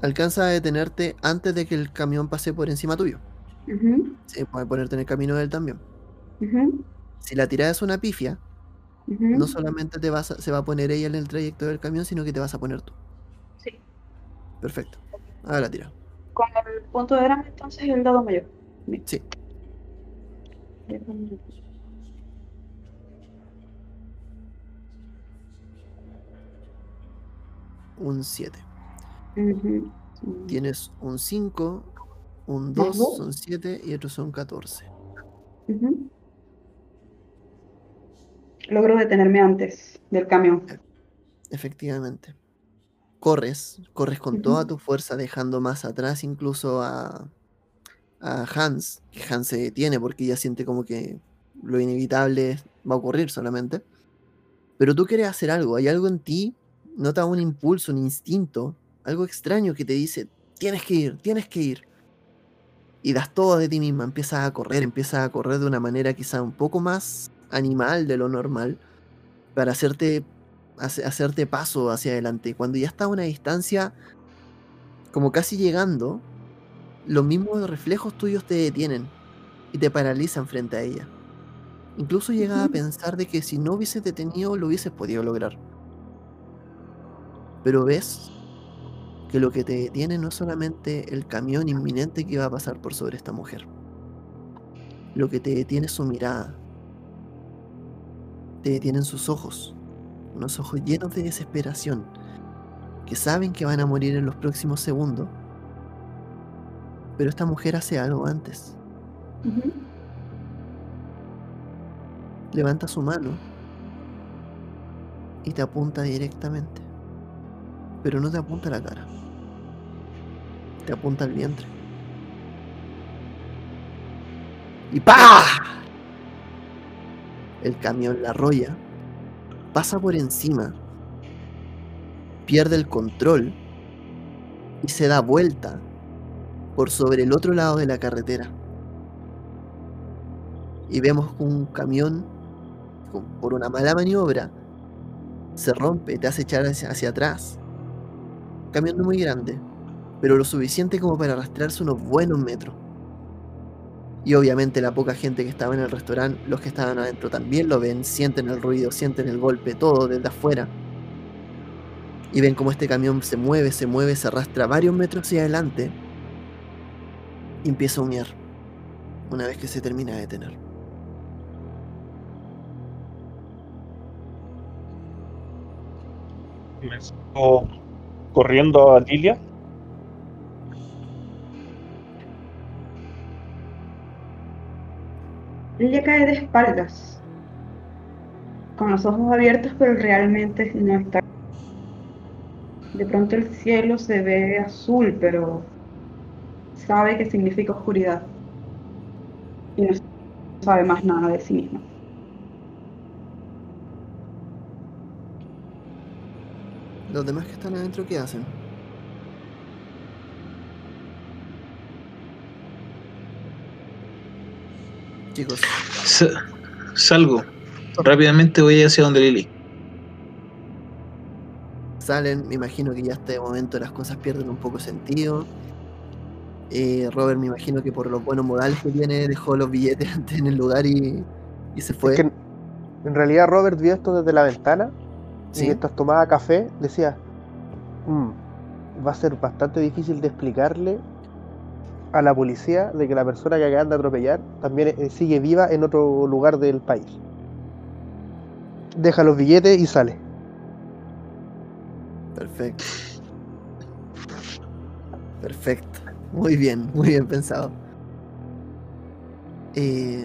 Alcanza a detenerte antes de que el camión pase por encima tuyo. Ujú, Sí, puede ponerte en el camino de él también. ujú, Si la tirada es una pifia, ujú. no solamente te vas a- se va a poner ella en el trayecto del camión, sino que te vas a poner tú. Sí. Perfecto. Ahora tira. Con el punto de drama, entonces el dado mayor. Bien. Sí. Un siete. Ujú. Tienes un cinco, un Más dos, dos. son siete y otros son catorce. Ujú. Logro detenerme antes del camión. Efectivamente. Corres, corres con Ujú. toda tu fuerza, dejando más atrás incluso a, a Hans, que Hans se detiene porque ya siente como que lo inevitable va a ocurrir solamente. Pero tú quieres hacer algo, hay algo en ti, nota un impulso, un instinto, algo extraño que te dice, tienes que ir, tienes que ir. Y das todo de ti misma, empiezas a correr, empiezas a correr de una manera quizá un poco más animal de lo normal, para hacerte, hace- hacerte paso hacia adelante. Y cuando ya estás a una distancia, como casi llegando, los mismos reflejos tuyos te detienen y te paralizan frente a ella. Incluso llegas a Ujú. pensar de que si no hubieses detenido, lo hubieses podido lograr. Pero ves que lo que te detiene no es solamente el camión inminente que va a pasar por sobre esta mujer. Lo que te detiene es su mirada. Te detienen sus ojos. Unos ojos llenos de desesperación, que saben que van a morir en los próximos segundos. Pero esta mujer hace algo antes. Ujú. Levanta su mano y te apunta directamente. Pero no te apunta a la cara. Te apunta al vientre. Y ¡pah! El camión la arrolla, pasa por encima, pierde el control y se da vuelta por sobre el otro lado de la carretera. Y vemos que un camión, con- por una mala maniobra, se rompe, te hace echar hacia, hacia atrás. Un camión no muy grande, pero lo suficiente como para arrastrarse unos buenos metros. Y obviamente la poca gente que estaba en el restaurante, los que estaban adentro también lo ven, sienten el ruido, sienten el golpe, todo desde afuera. Y ven cómo este camión se mueve, se mueve, se arrastra varios metros hacia adelante y empieza a humear una vez que se termina de detener. Me sigo corriendo a Lilia. Ella cae de espaldas, con los ojos abiertos, pero realmente no está. De pronto el cielo se ve azul, pero sabe que significa oscuridad. Y no sabe más nada de sí misma. Los demás que están adentro, ¿qué hacen? Chicos, Sa- Salgo. Rápidamente voy hacia donde Lily. salen, me imagino que ya hasta de momento las cosas pierden un poco sentido. Eh, Robert, me imagino que por los buenos modales que tiene, dejó los billetes antes en el lugar y, y se fue. Es que en, en realidad Robert vio esto desde la ventana y ¿Sí? mientras tomaba café decía, "Mm, va a ser bastante difícil de explicarle a la policía de que la persona que acaban de atropellar también eh, sigue viva en otro lugar del país. Deja los billetes y sale. Perfecto. Perfecto. Muy bien, muy bien pensado. Eh,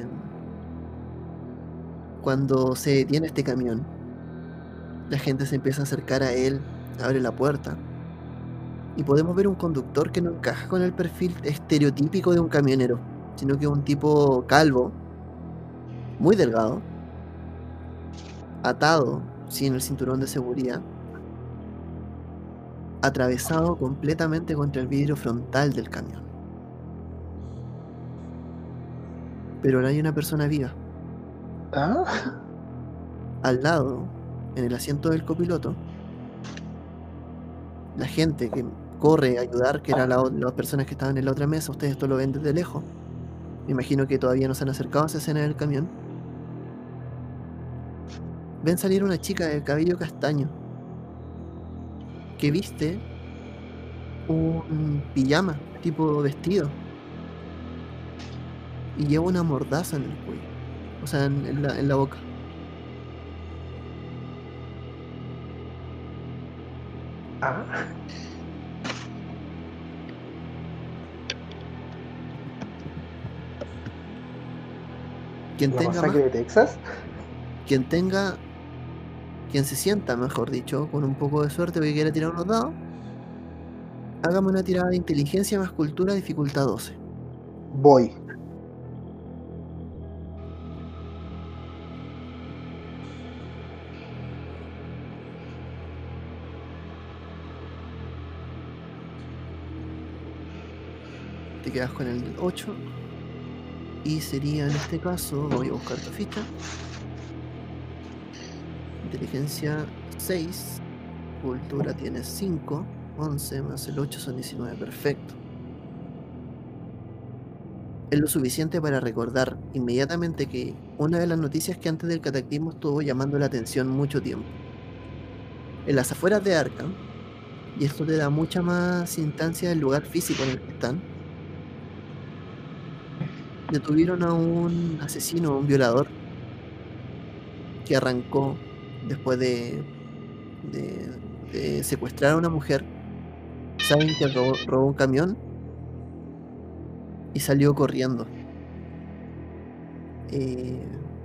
cuando se detiene este camión, la gente se empieza a acercar a él, abre la puerta y podemos ver un conductor que no encaja con el perfil estereotípico de un camionero, sino que es un tipo calvo, muy delgado, atado, sin el cinturón de seguridad, atravesado completamente contra el vidrio frontal del camión. Pero no hay una persona viva. ¿Ah? Al lado, en el asiento del copiloto, la gente que corre a ayudar, que eran la o- las personas que estaban en la otra mesa. Ustedes esto lo ven desde lejos. Me imagino que todavía no se han acercado a esa escena del camión. Ven salir una chica de cabello castaño que viste un pijama, tipo vestido, y lleva una mordaza en el cuello, o sea, en, en la, en la boca. Ah, Quien la tenga más, masacre de Texas. quien tenga, quien se sienta, mejor dicho, con un poco de suerte porque quiera tirar unos dados, hágame una tirada de inteligencia más cultura, dificultad doce. Voy. Te quedas con el ocho. Y sería en este caso, voy a buscar tu ficha. Inteligencia seis. Cultura tienes cinco. once más el ocho son diecinueve. Perfecto. Es lo suficiente para recordar inmediatamente que una de las noticias que antes del cataclismo estuvo llamando la atención mucho tiempo. En las afueras de Arkham, y esto te da mucha más instancia del lugar físico en el que están, detuvieron a un asesino, a un violador, que arrancó después de, de, de secuestrar a una mujer. Saben que robó, robó un camión y salió corriendo. Eh,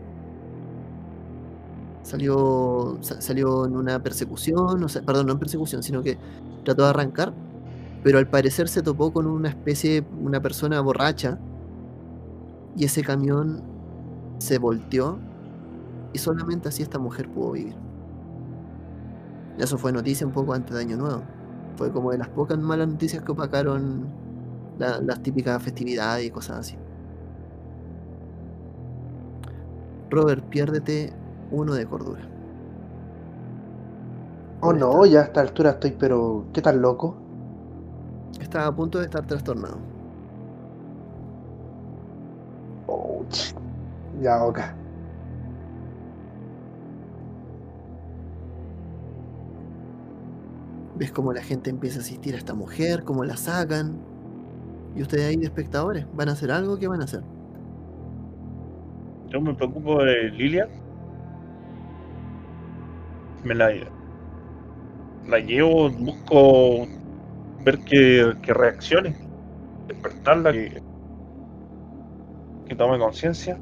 salió, sa- salió en una persecución, o sea, perdón, no en persecución, sino que trató de arrancar, pero al parecer se topó con una especie, una persona borracha, y ese camión se volteó y solamente así esta mujer pudo vivir. Eso fue noticia un poco antes de Año Nuevo. Fue como de las pocas malas noticias que opacaron la- las típicas festividades y cosas así. Robert, piérdete uno de cordura. Oh Por no, esta- ya a esta altura estoy, pero ¿qué tan loco? Estaba a punto de estar trastornado. Ouch. Ya, ok. Ves cómo la gente empieza a asistir a esta mujer, cómo la sacan. Y ustedes ahí de espectadores, ¿van a hacer algo? ¿Qué van a hacer? Yo me preocupo de Lilia. Me la, la llevo, busco ver qué, qué reaccione, despertarla, que, que tome conciencia.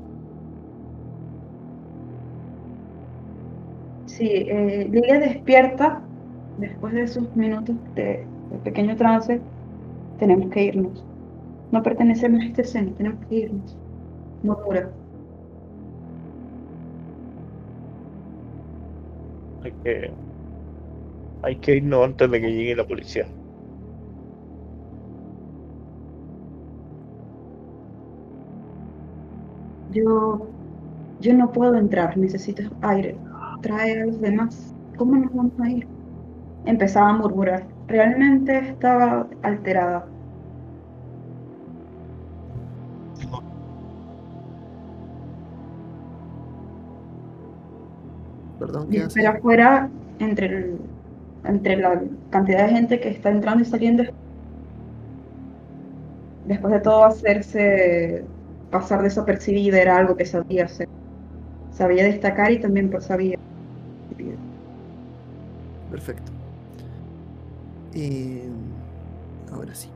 Sí, eh, Lilia despierta después de esos minutos de, de pequeño trance. Tenemos que irnos. No pertenecemos a esta escena, tenemos que irnos. Murmura. Hay que, hay que irnos antes de que llegue la policía. Yo, yo no puedo entrar, necesito aire. Trae a los demás. ¿Cómo nos vamos a ir? Empezaba a murmurar. Realmente estaba alterada. Perdón, Y ¿qué espera hace? afuera entre, el- entre la cantidad de gente que está entrando y saliendo. Después de todo, hacerse pasar desapercibida era algo que sabía hacer. Sabía destacar y también pues, sabía. Perfecto. Eh, ahora sí.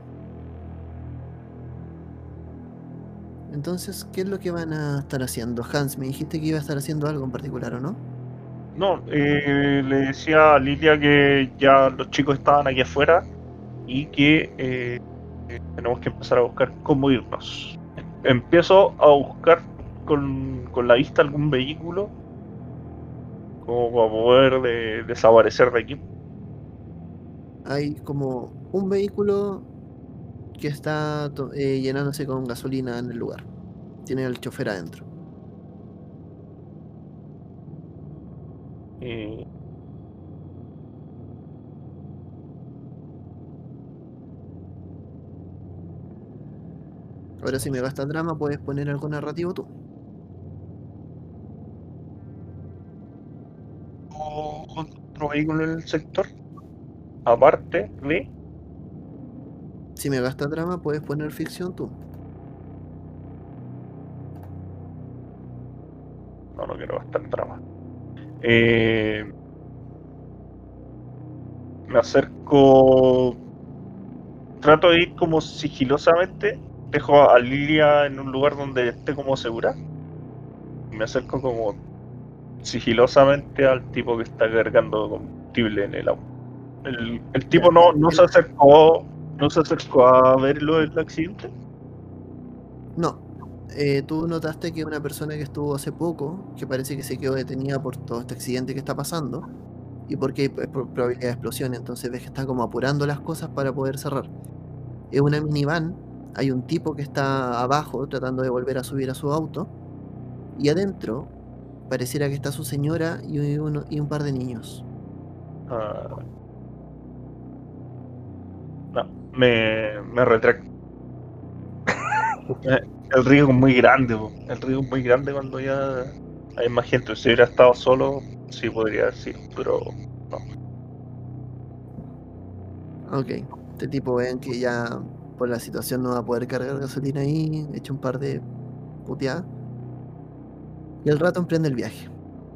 Entonces, ¿qué es lo que van a estar haciendo? Hans, me dijiste que iba a estar haciendo algo en particular, ¿o no? No, eh, le decía a Lilia que ya los chicos estaban aquí afuera y que eh, tenemos que empezar a buscar cómo irnos. Empiezo a buscar con, con la vista algún vehículo como para poder de- desaparecer de aquí. Hay como un vehículo que está to- eh, llenándose con gasolina en el lugar. Tiene al chofer adentro. Eh, Ahora si me gastas drama puedes poner algo narrativo tú. O otro vehículo en el sector. Aparte de. Si me gastas drama puedes poner ficción tú. No, no quiero gastar drama. Eh, me acerco. Trato de ir como sigilosamente. Dejo a Lilia en un lugar donde esté como segura. Me acerco como sigilosamente al tipo que está cargando combustible en el auto. El, el tipo Ya. no, no se acercó. No se acercó a verlo el accidente. No. Eh, tú notaste que una persona que estuvo hace poco, que parece que se quedó detenida por todo este accidente que está pasando, y porque hay p- por probabilidad de explosión, entonces ves que está como apurando las cosas para poder cerrar. Es una minivan, hay un tipo que está abajo tratando de volver a subir a su auto, y adentro pareciera que está su señora y, uno, y un par de niños. Ah, no, me, me retracto. Eh, El río es muy grande, po. El río es muy grande cuando ya hay más gente. Si hubiera estado solo, sí podría haber sido, pero no. Ok, este tipo ven que ya por la situación no va a poder cargar gasolina ahí, echa un par de puteadas, y el rato emprende el viaje.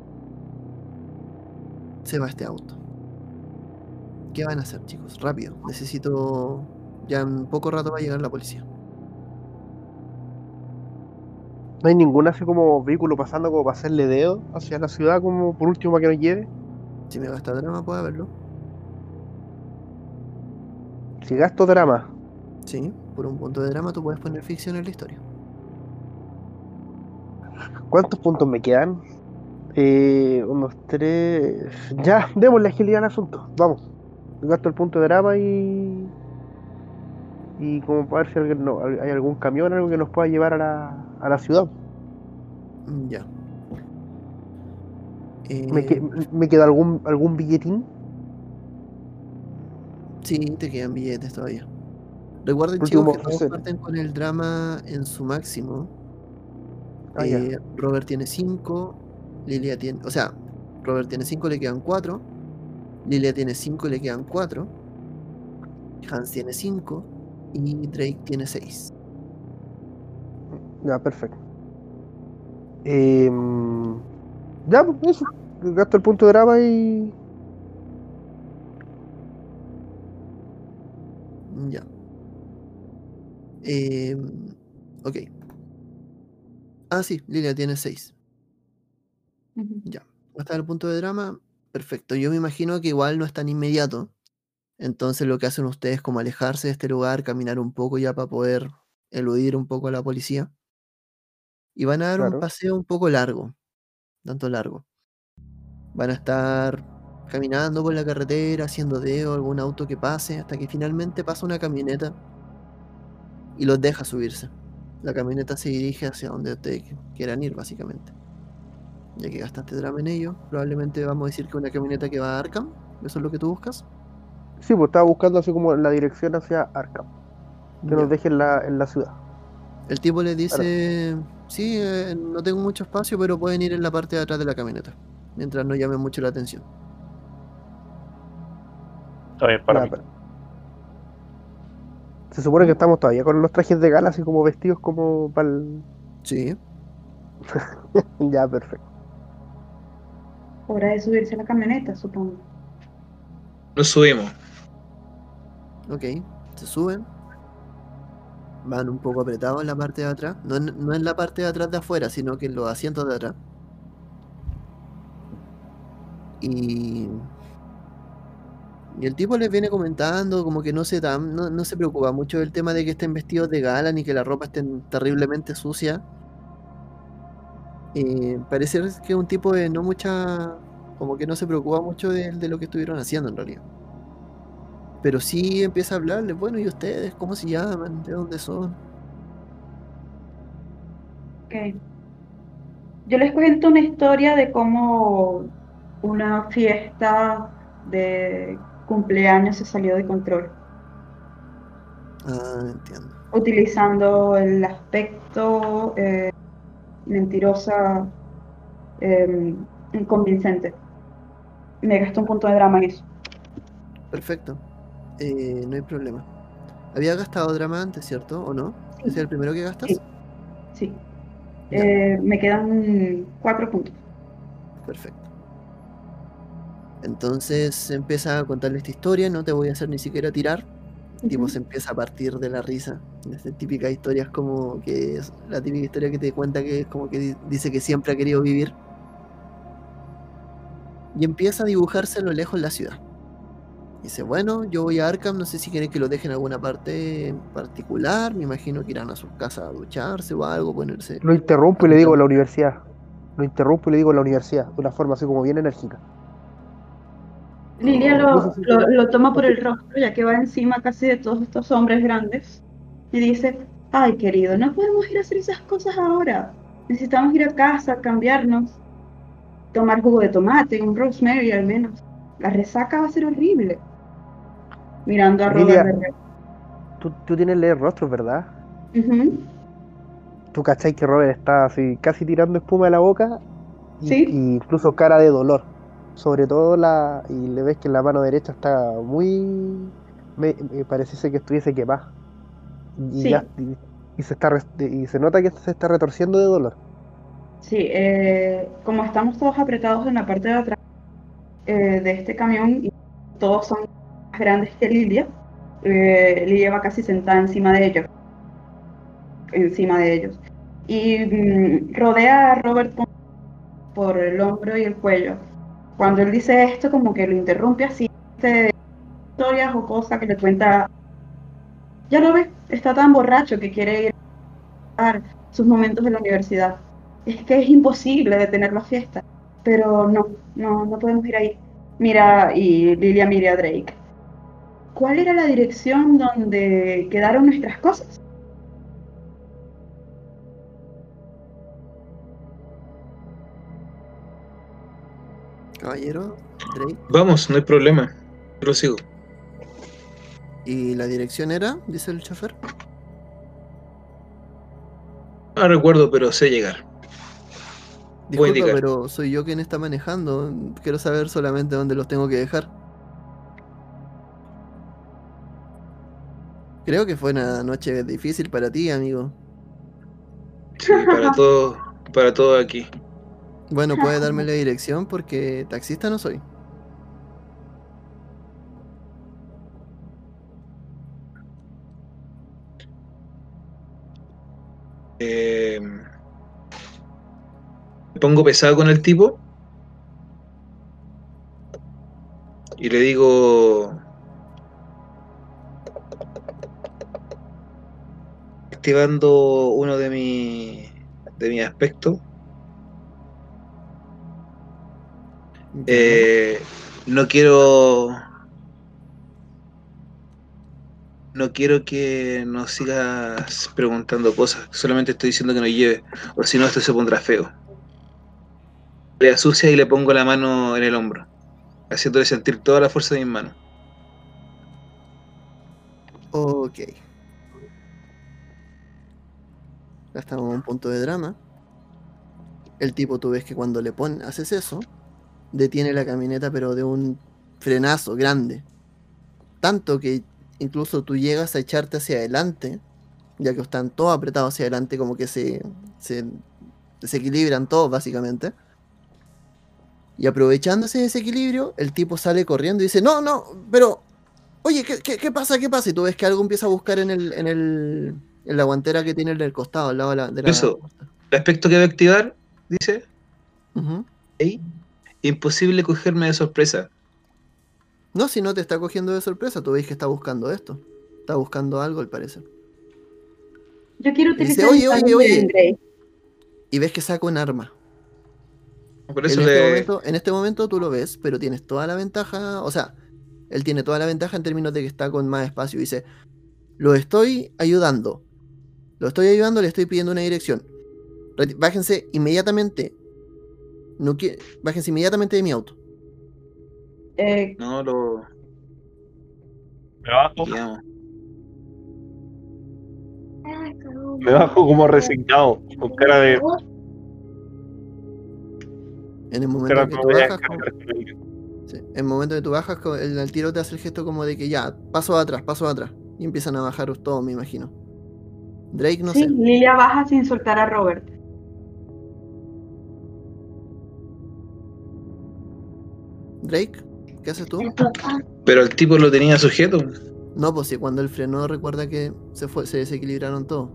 Se va este auto. ¿Qué van a hacer, chicos? Rápido, necesito... Ya en poco rato va a llegar la policía. No hay ningún así como vehículo pasando como para hacerle dedo hacia la ciudad, como por último para que nos lleve. Si me gasta drama, puede verlo. Si gasto drama, Sí, por un punto de drama tú puedes poner ficción en la historia. ¿cuántos puntos me quedan? Eh, unos tres. Ya, démosle agilidad al asunto. Vamos. Gasto el punto de drama y. Y como para ver si alguien, no, hay algún camión, algo que nos pueda llevar a la, a la ciudad. Mm, Ya. ¿Me, que- Eh, me queda algún, algún billetín? sí, te quedan billetes todavía. Recuerden, Por chicos, último, que todos ofrecer. parten con el drama en su máximo. Ah, ya. Eh, Robert tiene cinco, Lilia tiene... O sea, Robert tiene cinco, le quedan cuatro. Lilia tiene cinco, le quedan cuatro. Hans tiene cinco. Y Drake tiene seis. Ya, perfecto. Em, ya, pues eso. Gasto el punto de drama y. Ya. Eh, ok. Ah, sí, Lilia tiene seis. Ujú. Ya. Hasta el punto de drama. Perfecto. Yo me imagino que igual no es tan inmediato. Entonces lo que hacen ustedes es como alejarse de este lugar, caminar un poco ya para poder eludir un poco a la policía. Y van a dar un Claro. paseo un poco largo. Tanto largo. Van a estar caminando por la carretera, haciendo dedo a algún auto que pase, hasta que finalmente pasa una camioneta y los deja subirse. La camioneta se dirige hacia donde ustedes quieran ir, básicamente. Ya que gastaste drama en ello, probablemente vamos a decir que una camioneta que va a Arkham, ¿eso es lo que tú buscas? Sí, pues estaba buscando así como la dirección hacia Arkham. Que Ya. nos deje en la, en la ciudad. El tipo le Ahora, dice, sí, eh, no tengo mucho espacio, pero pueden ir en la parte de atrás de la camioneta, mientras no llamen mucho la atención. Está bien para ya, mí. pero- se supone que estamos todavía con los trajes de gala, así como vestidos como para el. Sí, Ya, perfecto. Hora de subirse a la camioneta, supongo. Nos subimos. ok, se suben. Van un poco apretados en la parte de atrás. No en, no en la parte de atrás de afuera, sino que en los asientos de atrás. Y, y el tipo les viene comentando como que no se, tan, no, no se preocupa mucho del tema de que estén vestidos de gala ni que la ropa esté terriblemente sucia. Eh, parece que es un tipo de no mucha... Como que no se preocupa mucho de, de lo que estuvieron haciendo en realidad. Pero sí empieza a hablarles, bueno, ¿y ustedes? ¿Cómo se llaman? ¿De dónde son? Ok. Yo les cuento una historia de cómo una fiesta de cumpleaños se salió de control. Ah, entiendo. Utilizando el aspecto eh, mentirosa eh, inconvincente. Me gastó un punto de drama en eso. Perfecto. Eh, no hay problema. Había gastado drama antes, ¿cierto? ¿O no? ¿Ese es el primero que gastas? Sí, sí. Ya. Eh, me quedan cuatro puntos. Perfecto. Entonces se empieza a contarle esta historia, no te voy a hacer ni siquiera tirar. Tipo, Ujú. se empieza a partir de la risa. Estas típicas historias como que es la típica historia que te cuenta que es como que di- dice que siempre ha querido vivir. Y empieza a dibujarse a lo lejos la ciudad. Dice, bueno, yo voy a Arkham, no sé si quieren que lo dejen en alguna parte en particular. Me imagino que irán a sus casas a ducharse o algo, ponerse Lo interrumpo y le digo atentamente. la universidad. Lo interrumpo y le digo la universidad, de una forma así como bien enérgica. Lilia Oh, No sé lo, si lo, tiene- lo toma no por sé- el rostro, ya que va encima casi de todos estos hombres grandes, y dice, ay querido, no podemos ir a hacer esas cosas ahora. Necesitamos ir a casa, cambiarnos, tomar jugo de tomate, un rosemary al menos. La resaca va a ser horrible. Mirando a Robert Lilia, de reojo. tú, tú tienes leer rostros, ¿verdad? Ujú. Tú cachai que Robert está así casi tirando espuma de la boca y, Sí, y incluso cara de dolor. Sobre todo la. Y le ves que la mano derecha está muy. Me, me pareciese que estuviese quemada. Y sí, ya. Y, y se está res- y se nota que se está retorciendo de dolor. sí. Eh, como estamos todos apretados en la parte de atrás eh, de este camión y todos son más grandes que Lilia, eh, Lilia va casi sentada encima de ellos. encima de ellos. Y mm, rodea a Robert por, por el hombro y el cuello. Cuando él dice esto, como que lo interrumpe así, este, historias o cosas que le cuenta. Ya lo ves, está tan borracho que quiere ir a dar sus momentos en la universidad. Es que es imposible detener la fiesta, pero no, no, no podemos ir ahí. Mira, y Lilia mira a Drake. ¿Cuál era la dirección donde quedaron nuestras cosas? caballero, Drake. Vamos, no hay problema. Yo lo sigo. ¿Y la dirección era? Dice el chofer. No recuerdo, pero sé llegar. Voy a Disculpa, indicar. pero soy yo quien está manejando. Quiero saber solamente dónde los tengo que dejar. Creo que fue una noche difícil para ti, amigo. Sí, para todo, para todo aquí. Bueno, puede darme la dirección porque taxista no soy. Eh, me pongo pesado con el tipo y le digo, activando uno de mi de mi aspectos, Ya. eh, no quiero no quiero que nos sigas preguntando cosas, solamente estoy diciendo que nos lleve, o si no esto se pondrá feo. Le asucia y le pongo la mano en el hombro, haciéndole sentir toda la fuerza de mis manos. Ok. Ya estamos en un punto de drama. El tipo, tú ves que cuando le pones, haces eso, detiene la camioneta, pero de un frenazo grande. Tanto que incluso tú llegas a echarte hacia adelante, ya que están todos apretados hacia adelante, como que se, se desequilibran todos, básicamente. Y aprovechando ese desequilibrio, el tipo sale corriendo y dice, no, no, pero, oye, ¿qué, qué, qué pasa? ¿Qué pasa? Y tú ves que algo empieza a buscar en el, en el, en la guantera que tiene en el costado, al lado de la, de la Eso, puerta. el aspecto que voy a activar, dice, Ujú. hey, imposible cogerme de sorpresa. No, si no te está cogiendo de sorpresa, tú ves que está buscando esto. Está buscando algo, al parecer. Yo quiero Y dice, utilizar el oye, oye, salón de oye. Drake. Y ves que saca un arma. Por Él eso en este le... momento, en este momento tú lo ves, pero tienes toda la ventaja. O sea, él tiene toda la ventaja en términos de que está con más espacio. Y dice, lo estoy ayudando. Lo estoy ayudando, le estoy pidiendo una dirección. Reti- Bájense inmediatamente. No qui- Bájense inmediatamente de mi auto. Eh, No, lo... Me bajo. guiamos. Me bajo como resignado, con cara de. En el momento Cara en de que me tú voy a bajas, como- encargar con alguien. sí, en el momento que tú bajas, co- el, el tiro te hace el gesto como de que ya, paso atrás, paso atrás. Y empiezan a bajar todos, me imagino. Drake, no Sí, sé. Lilia baja sin soltar a Robert. Drake, ¿qué haces tú? Pero el tipo lo tenía sujeto. No, pues sí, cuando él frenó, recuerda que se fue, se desequilibraron todos.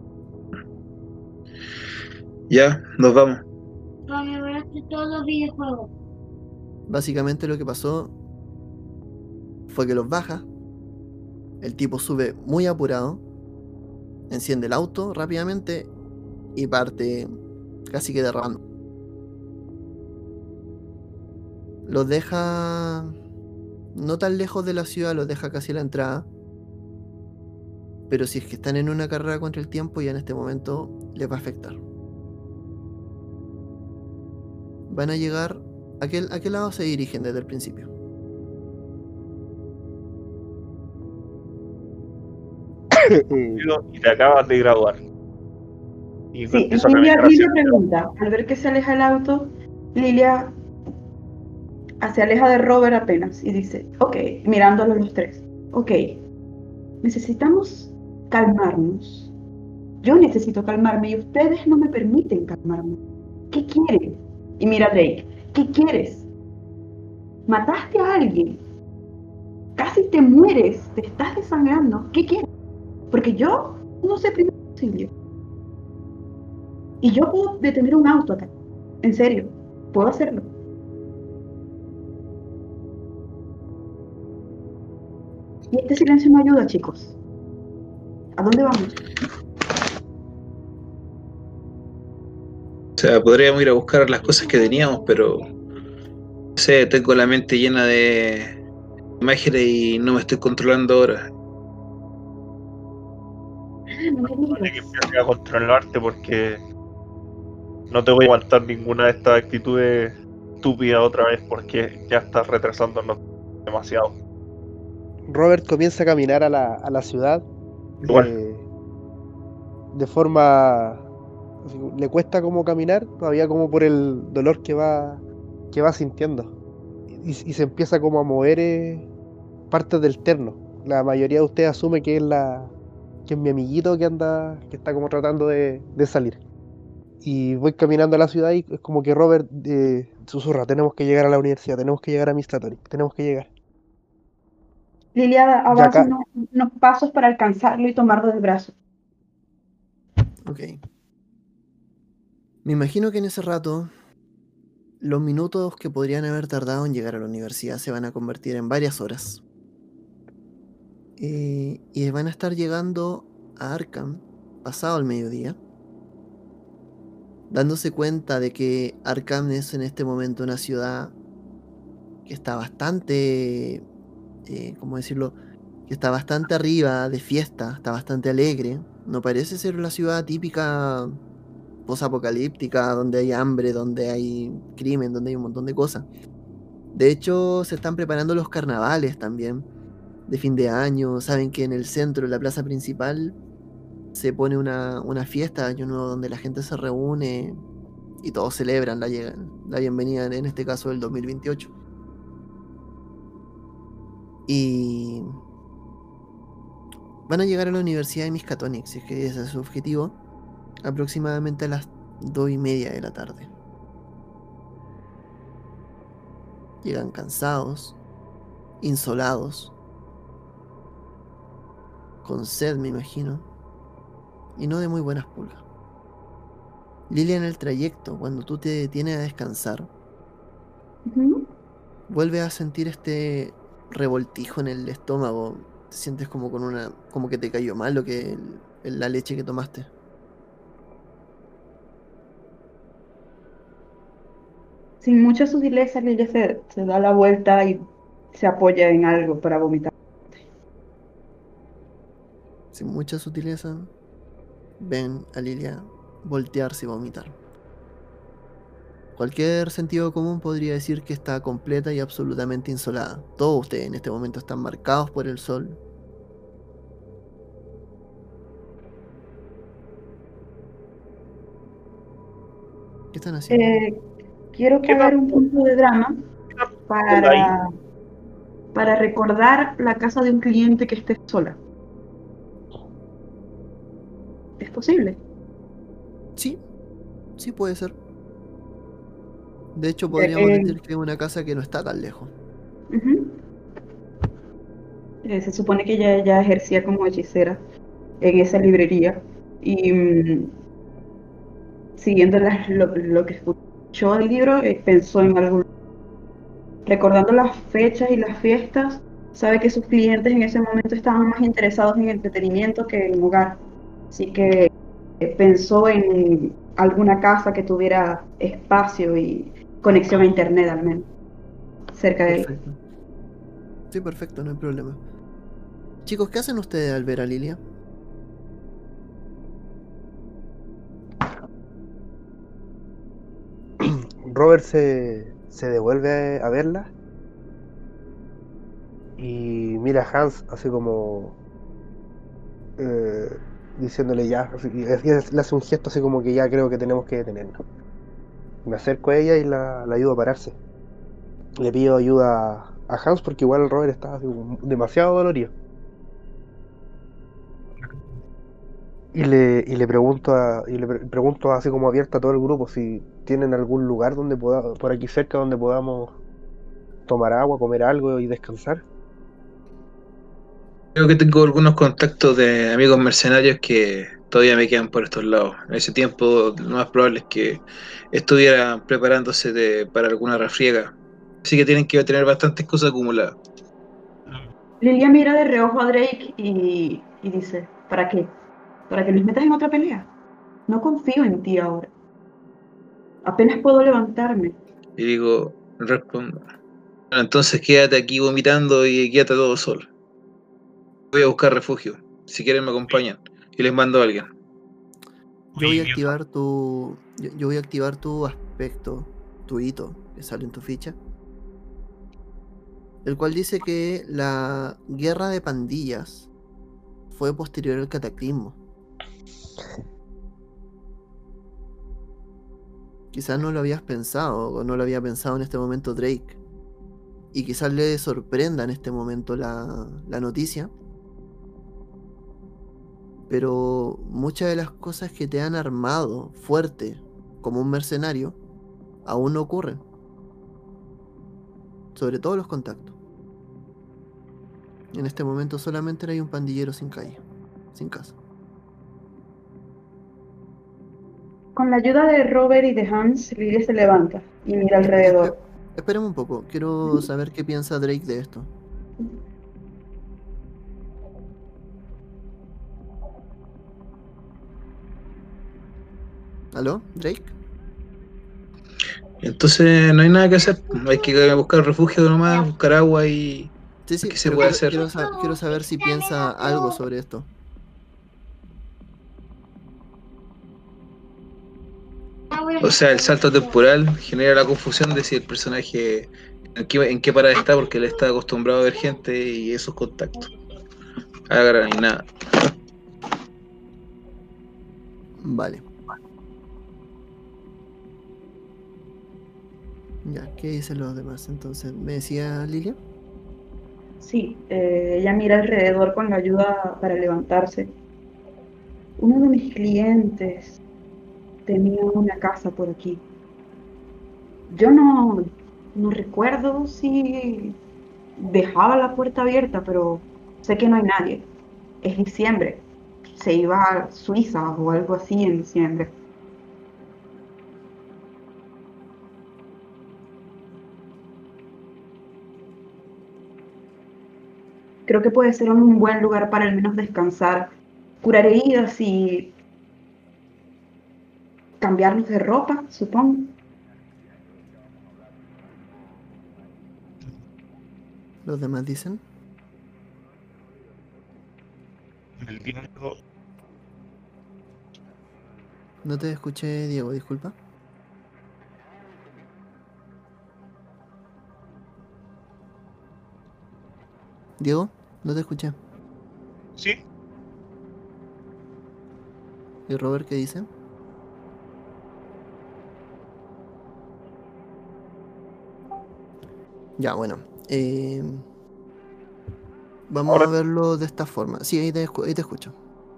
Ya, nos vamos. todos los videojuegos. Básicamente lo que pasó fue que los baja. El tipo sube muy apurado. Enciende el auto rápidamente y parte casi que derrapando. Los deja no tan lejos de la ciudad, los deja casi a la entrada. Pero si es que están en una carrera contra el tiempo, ya en este momento les va a afectar. Van a llegar. ¿A qué, a qué lado se dirigen desde el principio? Y te acabas de graduar. Y Sí, empiezo a Lilia, caminar hacia Lilia pregunta, al ver que se aleja el auto, Lilia se aleja de Robert apenas y dice, ok, mirándolo los tres, ok, necesitamos calmarnos. Yo necesito calmarme y ustedes no me permiten calmarme. ¿Qué quieren? Y mira a Drake, ¿qué quieres? Mataste a alguien, casi te mueres, te estás desangrando, ¿qué quieres? Porque yo no sé primero auxilio. Y yo puedo detener un auto acá. En serio, puedo hacerlo. Y este silencio no ayuda, chicos. ¿A dónde vamos? O sea, podríamos ir a buscar las cosas que teníamos, pero no sé, tengo la mente llena de imágenes y no me estoy controlando ahora. Ah, no me que digas. empieces a controlarte porque no te voy a aguantar ninguna de estas actitudes estúpidas otra vez porque ya estás retrasándonos demasiado. Robert comienza a caminar a la, a la ciudad Igual. de, de forma... así, le cuesta como caminar, todavía como por el dolor que va, que va sintiendo. Y, y se empieza como a mover eh, partes del terno. La mayoría de ustedes asume que es la que es mi amiguito que anda, que está como tratando de, de salir. Y voy caminando a la ciudad y es como que Robert eh, susurra, tenemos que llegar a la universidad, tenemos que llegar a Mistatory, tenemos que llegar. Lilia Ya avanza acá, unos, unos pasos para alcanzarlo y tomarlo del brazo. Ok. Me imagino que en ese rato los minutos que podrían haber tardado en llegar a la universidad se van a convertir en varias horas. Eh, y van a estar llegando a Arkham pasado el mediodía, dándose cuenta de que Arkham es en este momento una ciudad que está bastante, eh, ¿cómo decirlo? Que está bastante arriba de fiesta, está bastante alegre. No parece ser la ciudad típica posapocalíptica, donde hay hambre, donde hay crimen, donde hay un montón de cosas. De hecho, se están preparando los carnavales también, de fin de año. Saben que en el centro, en la plaza principal, se pone una, una fiesta de Año Nuevo donde la gente se reúne y todos celebran la, llega- la bienvenida, en este caso, del dos mil veintiocho. Y van a llegar a la Universidad de Miskatonic, si es que ese es su objetivo, aproximadamente a las dos y media de la tarde. Llegan cansados, insolados, con sed, me imagino, y no de muy buenas pulgas. Lilia, en el trayecto, cuando tú te detienes a descansar, Ujú. vuelves a sentir este revoltijo en el estómago. Te sientes como con una, como que te cayó mal lo que el- el- la leche que tomaste. Sin mucha sutileza, Lilia se, se da la vuelta y se apoya en algo para vomitar. Sin mucha sutileza, ven a Lilia voltearse y vomitar. Cualquier sentido común podría decir que está completa y absolutamente insolada. Todos ustedes en este momento están marcados por el sol. ¿Qué están haciendo? Eh, quiero ¿Qué pagar tal? un punto de drama para, para recordar la casa de un cliente que esté sola. ¿Es posible? Sí, sí puede ser. De hecho, Ya podríamos que- decir que es una casa que no está tan lejos. Ujú. Eh, se supone que ella ya ejercía como hechicera en esa librería y mm, siguiendo las- lo, lo que escuchó del libro, eh, pensó en algo. Recordando las fechas y las fiestas, sabe que sus clientes en ese momento estaban más interesados en entretenimiento que en hogar. Así que eh, pensó en alguna casa que tuviera espacio y conexión a internet al menos, cerca de él. Perfecto. Sí, perfecto, no hay problema. Chicos, ¿qué hacen ustedes al ver a Lilia? Robert se, se devuelve a verla y mira a Hans así como eh, diciéndole ya, así- y le le hace un gesto así como que ya creo que tenemos que detenernos. Me acerco a ella y la, la ayudo a pararse. Le pido ayuda a Hans porque igual el Robert estaba así como demasiado dolorido. Y le, y le pregunto a- y le pre- pregunto así como abierta a todo el grupo si tienen algún lugar donde poda, por aquí cerca donde podamos tomar agua, comer algo y descansar. Creo que tengo algunos contactos de amigos mercenarios que todavía me quedan por estos lados. En ese tiempo, lo más probable es que estuvieran preparándose de- para alguna refriega. Así que tienen que tener bastantes cosas acumuladas. Lilia mira de reojo a Drake y, y dice, ¿para qué? ¿Para que nos metas en otra pelea? No confío en ti ahora. Apenas puedo levantarme. Y digo, respondo, bueno, entonces quédate aquí vomitando y quédate todo solo. Voy a buscar refugio. Si quieren me acompañan. Y les mando a alguien. Yo voy a activar tu. Yo, yo voy a activar tu aspecto, tu hito, que sale en tu ficha. El cual dice que la guerra de pandillas fue posterior al cataclismo. Quizás no lo habías pensado, o no lo había pensado en este momento Drake. Y quizás le sorprenda en este momento la, la noticia. Pero muchas de las cosas que te han armado fuerte como un mercenario aún no ocurren. Sobre todo los contactos. En este momento solamente hay un pandillero sin calle, sin casa. Con la ayuda de Robert y de Hans, Lilia se levanta y mira Espe- espe- alrededor. espérame un poco, quiero saber qué piensa Drake de esto. ¿Aló, Drake? Entonces no hay nada que hacer. Hay que buscar refugio nomás, buscar agua y... Sí, sí, ¿Qué se pero puede quiero, hacer? quiero, sa- quiero saber si piensa algo sobre esto. O sea, el salto temporal genera la confusión de si el personaje en qué, en qué parada está, porque él está acostumbrado a ver gente y esos contactos. Ahora y nada. Vale. Ya, ¿qué dicen los demás? Entonces, ¿me decía Lilia? Sí, eh, ella mira alrededor con la ayuda para levantarse. Uno de mis clientes tenía una casa por aquí. Yo no, no recuerdo si dejaba la puerta abierta, pero sé que no hay nadie. Es diciembre. Se iba a Suiza o algo así en diciembre. Creo que puede ser un buen lugar para al menos descansar, curar heridas y cambiarnos de ropa, supongo. ¿Los demás dicen? El Diego, No te escuché, Diego, disculpa. Diego, no te escuché. sí, ¿Y Robert qué dice? Ya, bueno. eh, Vamos Ahora- a verlo de esta forma. Sí, ahí te, escu- ahí te escucho.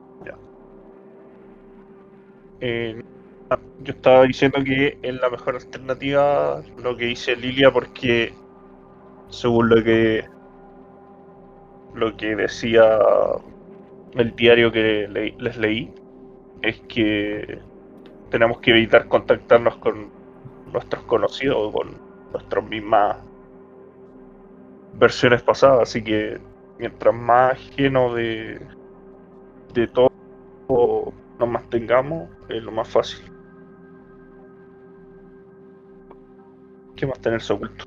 Eh, yo estaba diciendo que es la mejor alternativa lo que dice Lilia porque según lo que lo que decía el diario que le- les leí es que tenemos que evitar contactarnos con nuestros conocidos o con nuestras mismas versiones pasadas, así que mientras más ajeno de, de todo nos mantengamos es lo más fácil que mantenerse oculto.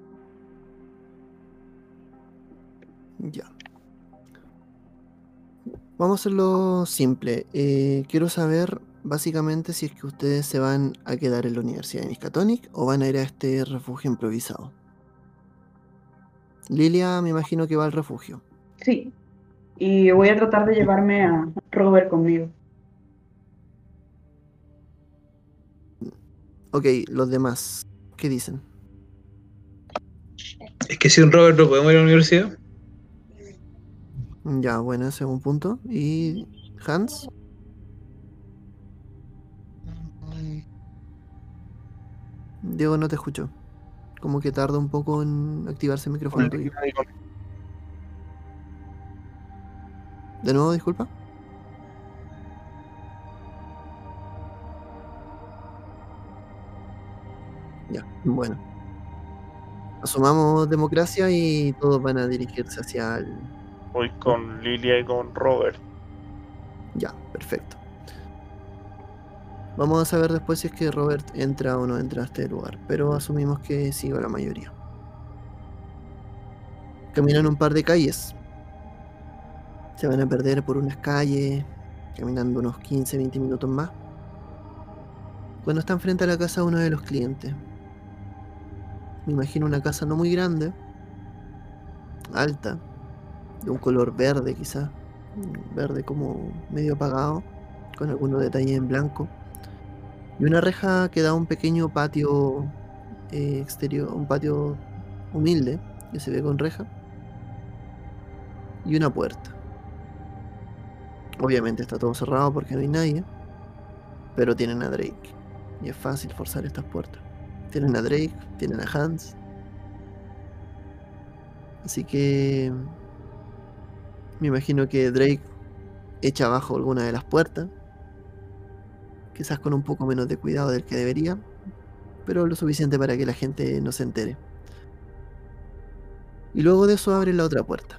Ya. Vamos a hacerlo simple. Eh, quiero saber, básicamente, si es que ustedes se van a quedar en la Universidad de Miskatonic o van a ir a este refugio improvisado. Lilia, me imagino que va al refugio. Sí. Y voy a tratar de llevarme a Robert conmigo. Ok, los demás, ¿qué dicen? Es que si un Robert no podemos ir a la universidad. Ya, bueno, ese es un punto. ¿Y Hans? Diego, no te escucho. Como que tarda un poco en activarse el micrófono tuyo. ¿De nuevo, disculpa? Ya, bueno. Asumamos democracia y todos van a dirigirse hacia el... Voy con Lilia y con Robert. Ya, perfecto. Vamos a saber después si es que Robert entra o no entra a este lugar, pero asumimos que sí va la mayoría. Caminan un par de calles. Se van a perder por unas calles, caminando unos quince, veinte minutos más. Cuando están frente a la casa de uno de los clientes. Me imagino una casa no muy grande, alta, de un color verde quizás, verde como medio apagado, con algunos detalles en blanco. Y una reja que da a un pequeño patio eh, exterior, un patio humilde, que se ve con reja. Y una puerta. Obviamente está todo cerrado porque no hay nadie, pero tienen a Drake. Y es fácil forzar estas puertas. Tienen a Drake, tienen a Hans. Así que me imagino que Drake echa abajo alguna de las puertas. Quizás con un poco menos de cuidado del que debería, pero lo suficiente para que la gente no se entere. Y luego de eso abre la otra puerta.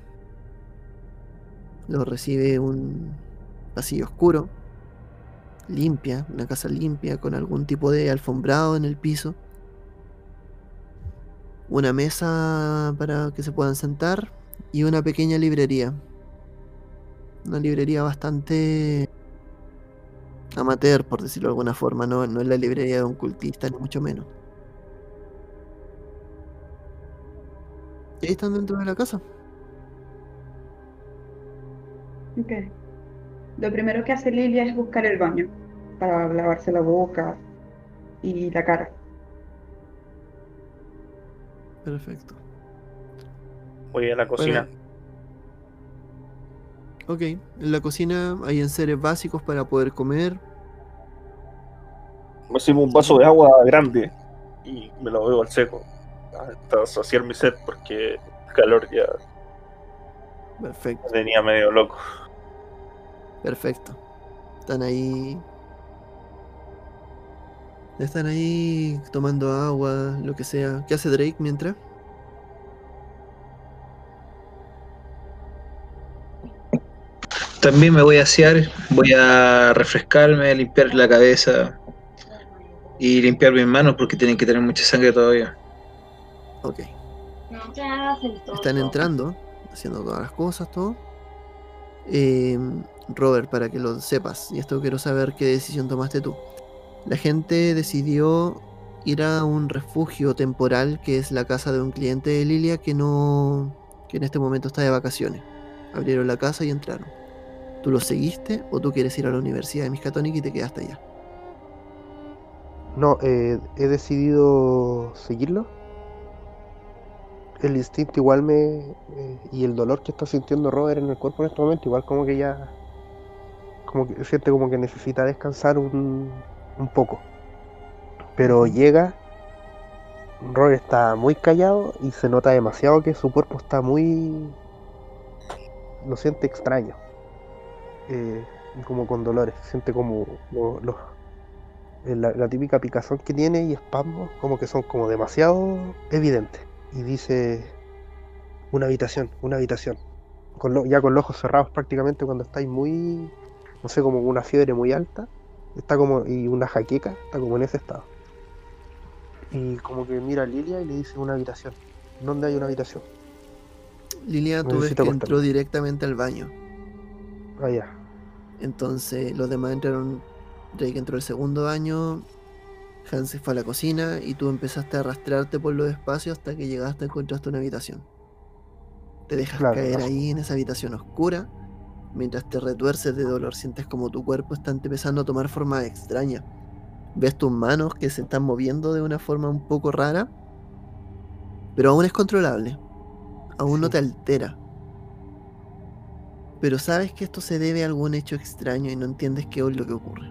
Lo recibe un pasillo oscuro, limpia, una casa limpia con algún tipo de alfombrado en el piso. Una mesa para que se puedan sentar y una pequeña librería. Una librería bastante amateur, por decirlo de alguna forma, no, no es la librería de un cultista, ni mucho menos. Y ahí están dentro de la casa. Ok. Lo primero que hace Lilia es buscar el baño para lavarse la boca y la cara. Perfecto. Voy a la cocina. Ok, en la cocina hay enseres básicos para poder comer. Me sirvo un vaso de agua grande y me lo bebo al seco. Hasta saciar mi sed porque el calor ya Perfecto, me tenía medio loco. perfecto. Están ahí. Están ahí tomando agua, lo que sea. ¿Qué hace Drake mientras? También me voy a asear, voy a refrescarme, a limpiar la cabeza y limpiar mis manos porque tienen que tener mucha sangre todavía. Ok. No te hagas el tonto. Están entrando, haciendo todas las cosas, todo. Eh, Robert, para que lo sepas, y esto quiero saber qué decisión tomaste tú. La gente decidió ir a un refugio temporal que es la casa de un cliente de Lilia que no, que en este momento está de vacaciones. Abrieron la casa y entraron. ¿Tú los seguiste o tú quieres ir a la Universidad de Miskatonic y te quedaste allá? No, eh, he decidido seguirlo. el instinto igual me... eh, y el dolor que está sintiendo Robert en el cuerpo en este momento, igual como que ya... Como que siente como que necesita descansar un, un poco. Pero Ujú. llega, Robert está muy callado y se nota demasiado que su cuerpo está muy... Lo siente extraño. Eh, y como con dolores. Siente como lo- los- eh, la, la típica picazón que tiene y espasmos como que son como demasiado evidentes. Y dice, una habitación, una habitación. Con lo- ya con los ojos cerrados prácticamente cuando estáis muy, no sé, como una fiebre muy alta, está como, y una jaqueca, está como en ese estado. Y como que mira a Lilia y le dice una habitación. ¿Dónde hay una habitación? Lilia, tú ves Necesito que entró acostarme. directamente al baño. Ah, ya. Entonces los demás entraron. Drake entró al segundo baño, Hans se fue a la cocina y tú empezaste a arrastrarte por los espacios hasta que llegaste a encontraste una habitación. Te dejas Claro, caer así- ahí en esa habitación oscura, mientras te retuerces de dolor, sientes como tu cuerpo está empezando a tomar forma extraña. Ves tus manos que se están moviendo de una forma un poco rara, pero aún es controlable, aún no sí, te altera. Pero sabes que esto se debe a algún hecho extraño y no entiendes qué es lo que ocurre.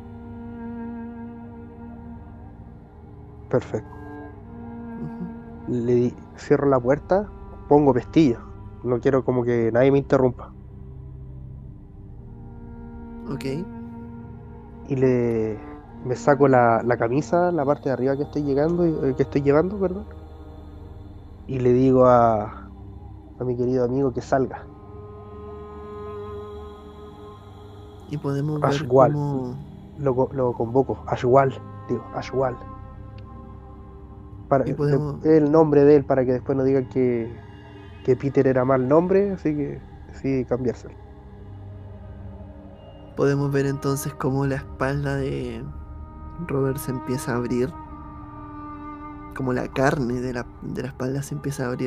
perfecto. Ujú. Le di- cierro la puerta, pongo pestillo. No quiero como que nadie me interrumpa. Ok, Y le me saco la, la camisa, la parte de arriba que estoy llegando, eh, que estoy llevando, perdón. Y le digo a, a mi querido amigo que salga. y podemos ver Ashwal. cómo... Lo, co- lo convoco. Ashwal. Digo, Ashwal. Para, Y de- podemos... el nombre de él para que después no digan que, que Peter era mal nombre, así que decidí cambiárselo. Podemos ver entonces cómo la espalda de Robert se empieza a abrir, como la carne de la, de la espalda se empieza a abrir,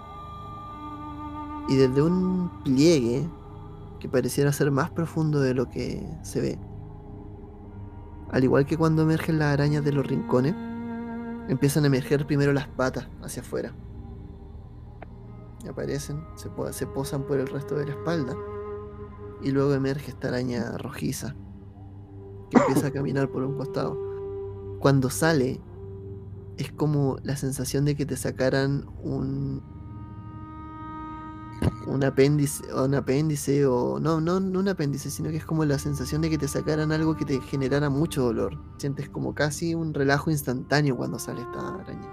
y desde un pliegue que pareciera ser más profundo de lo que se ve, al igual que cuando emergen las arañas de los rincones, empiezan a emerger primero las patas hacia afuera. Aparecen, se, po- se posan por el resto de la espalda, y luego emerge esta araña rojiza que empieza a caminar por un costado. Cuando sale, es como la sensación de que te sacaran un, un apéndice, o un apéndice, o no, no, no un apéndice, sino que es como la sensación de que te sacaran algo que te generara mucho dolor. Sientes como casi un relajo instantáneo cuando sale esta araña.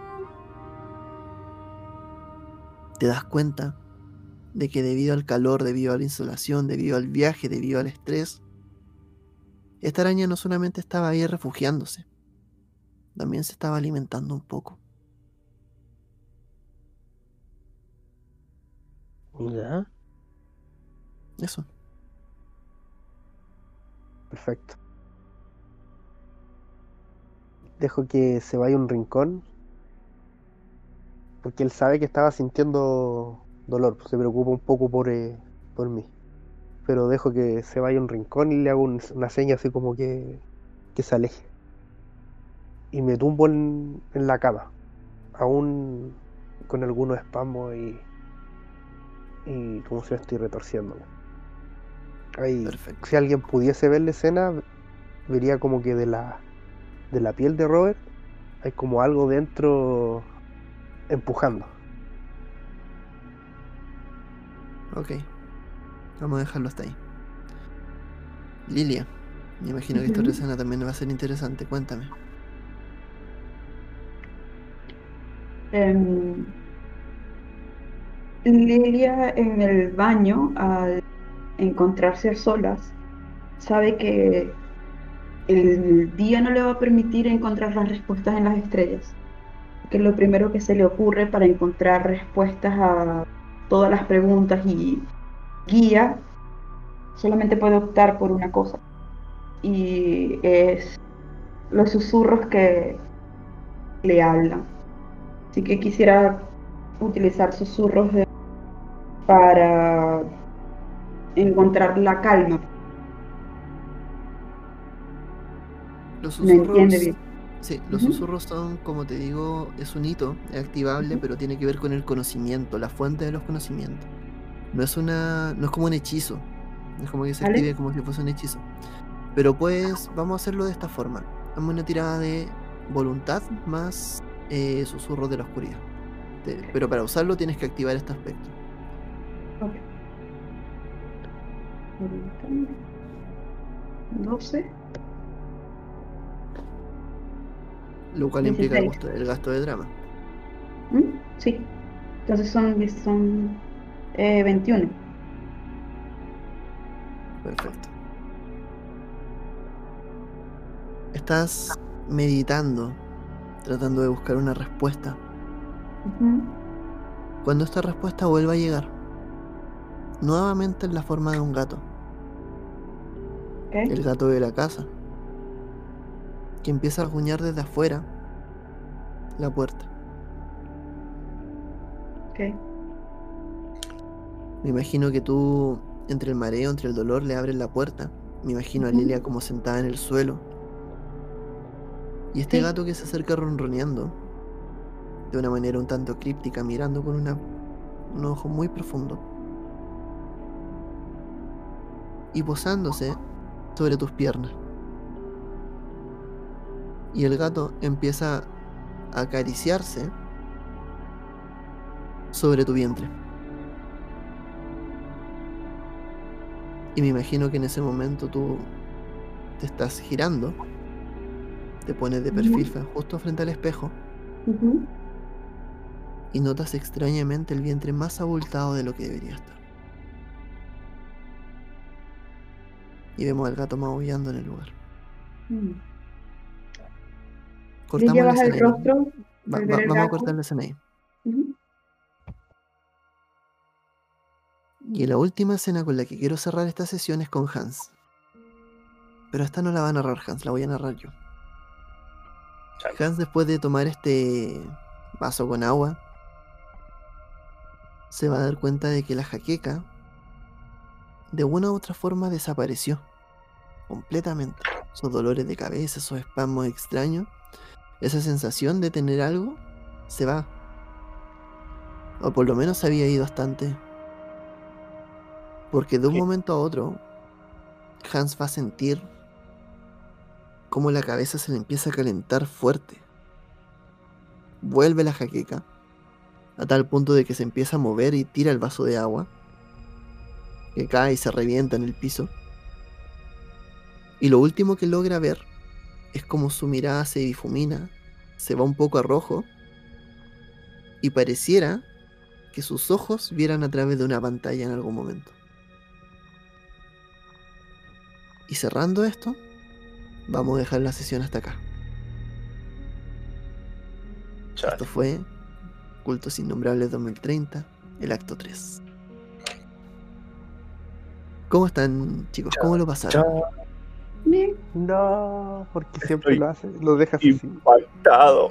Te das cuenta de que debido al calor, debido a la insolación, debido al viaje, debido al estrés, esta araña no solamente estaba ahí refugiándose, también se estaba alimentando un poco. Ya, Eso. perfecto. Dejo que se vaya a un rincón porque él sabe que estaba sintiendo dolor, pues se preocupa un poco por, eh, por mí. Pero dejo que se vaya a un rincón y le hago un- una seña así como que, que se aleje. Y me tumbo en, en la cama, aún con algunos espasmos y, y como si estoy retorciéndome. Ahí, Perfecto. si alguien pudiese ver la escena, vería como que de la, de la piel de Robert hay como algo dentro empujando. Ok. Vamos a dejarlo hasta ahí. Lilia, me imagino que esta otra Ujú. escena también va a ser interesante. Cuéntame. Em, Lilia en el baño, al encontrarse a solas, sabe que el día no le va a permitir encontrar las respuestas en las estrellas, que es lo primero que se le ocurre para encontrar respuestas a todas las preguntas y guía, solamente puede optar por una cosa, y es los susurros que le hablan. Así que quisiera utilizar susurros de- para encontrar la calma. Los ¿Me entiende susurros, bien? Sí, los Ujú. susurros son, como te digo, es un hito, es activable, Ujú. pero tiene que ver con el conocimiento, la fuente de los conocimientos. No es una, no es como un hechizo, no es como que se ¿Vale? active como si fuese un hechizo. Pero pues vamos a hacerlo de esta forma. Dame una tirada de voluntad más eh, susurros de la oscuridad. Te- pero para usarlo tienes que activar este aspecto. Ok. doce. Lo cual implica el, dieciséis. gusto- el gasto de drama. ¿Mm? Sí. Entonces son, son eh, veintiuno. Perfecto. Estás meditando, tratando de buscar una respuesta. Ujú. Cuando esta respuesta vuelva a llegar, nuevamente en la forma de un gato, Ok. el gato de la casa, que empieza a rasguñar desde afuera la puerta. Ok. Me imagino que tú, entre el mareo, entre el dolor, le abres la puerta. Me imagino a Ujú. Lilia como sentada en el suelo. Y este Sí. gato que se acerca ronroneando, de una manera un tanto críptica, mirando con una, un ojo muy profundo. Y posándose sobre tus piernas. Y el gato empieza a acariciarse sobre tu vientre. Y me imagino que en ese momento tú te estás girando, te pones de perfil Ujú. justo frente al espejo Ujú. y notas extrañamente el vientre más abultado de lo que debería estar. Y vemos al gato maullando en el lugar. Mm. Cortamos Lilia la baja el escena ahí. rostro Va- al va- ver el vamos a gato. cortar la escena ahí. Ujú. Y la última escena con la que quiero cerrar esta sesión es con Hans. Pero esta no la va a narrar Hans, la voy a narrar yo. Chale. Hans, después de tomar este vaso con agua, se va a dar cuenta de que la jaqueca de una u otra forma desapareció completamente. Esos dolores de cabeza, esos espasmos extraños, esa sensación de tener algo, se va. O por lo menos se había ido bastante. Porque de un Sí. momento a otro, Hans va a sentir cómo la cabeza se le empieza a calentar fuerte. Vuelve la jaqueca, a tal punto de que se empieza a mover y tira el vaso de agua, que cae y se revienta en el piso. Y lo último que logra ver es como su mirada se difumina, se va un poco a rojo, y pareciera que sus ojos vieran a través de una pantalla en algún momento. Y cerrando esto, vamos a dejar la sesión hasta acá. Chale. Esto fue Cultos Innombrables dos mil treinta, el acto tres. ¿Cómo están, chicos? ¿Cómo lo pasaron? Chao. Bien. No, porque siempre Estoy lo hace, lo dejas así. impactado.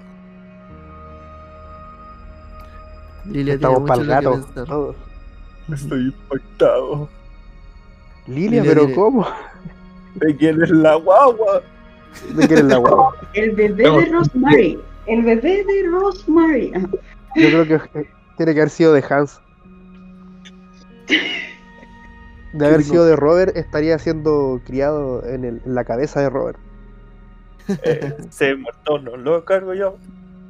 Lilia tiene Estamos mucho para el en lo que gato, pensar. todos. Estoy impactado. Lilia, Lilia pero tiene- ¿cómo? ¿De quién es la guagua? ¿De quién es la guagua? El bebé Vamos. de Rosemary. El bebé de Rosemary. Ajá. Yo creo que eh, tiene que haber sido de Hans. De haber Chulo. sido de Robert, estaría siendo criado en, el- en la cabeza de Robert. Eh, se muerto, no lo cargo yo.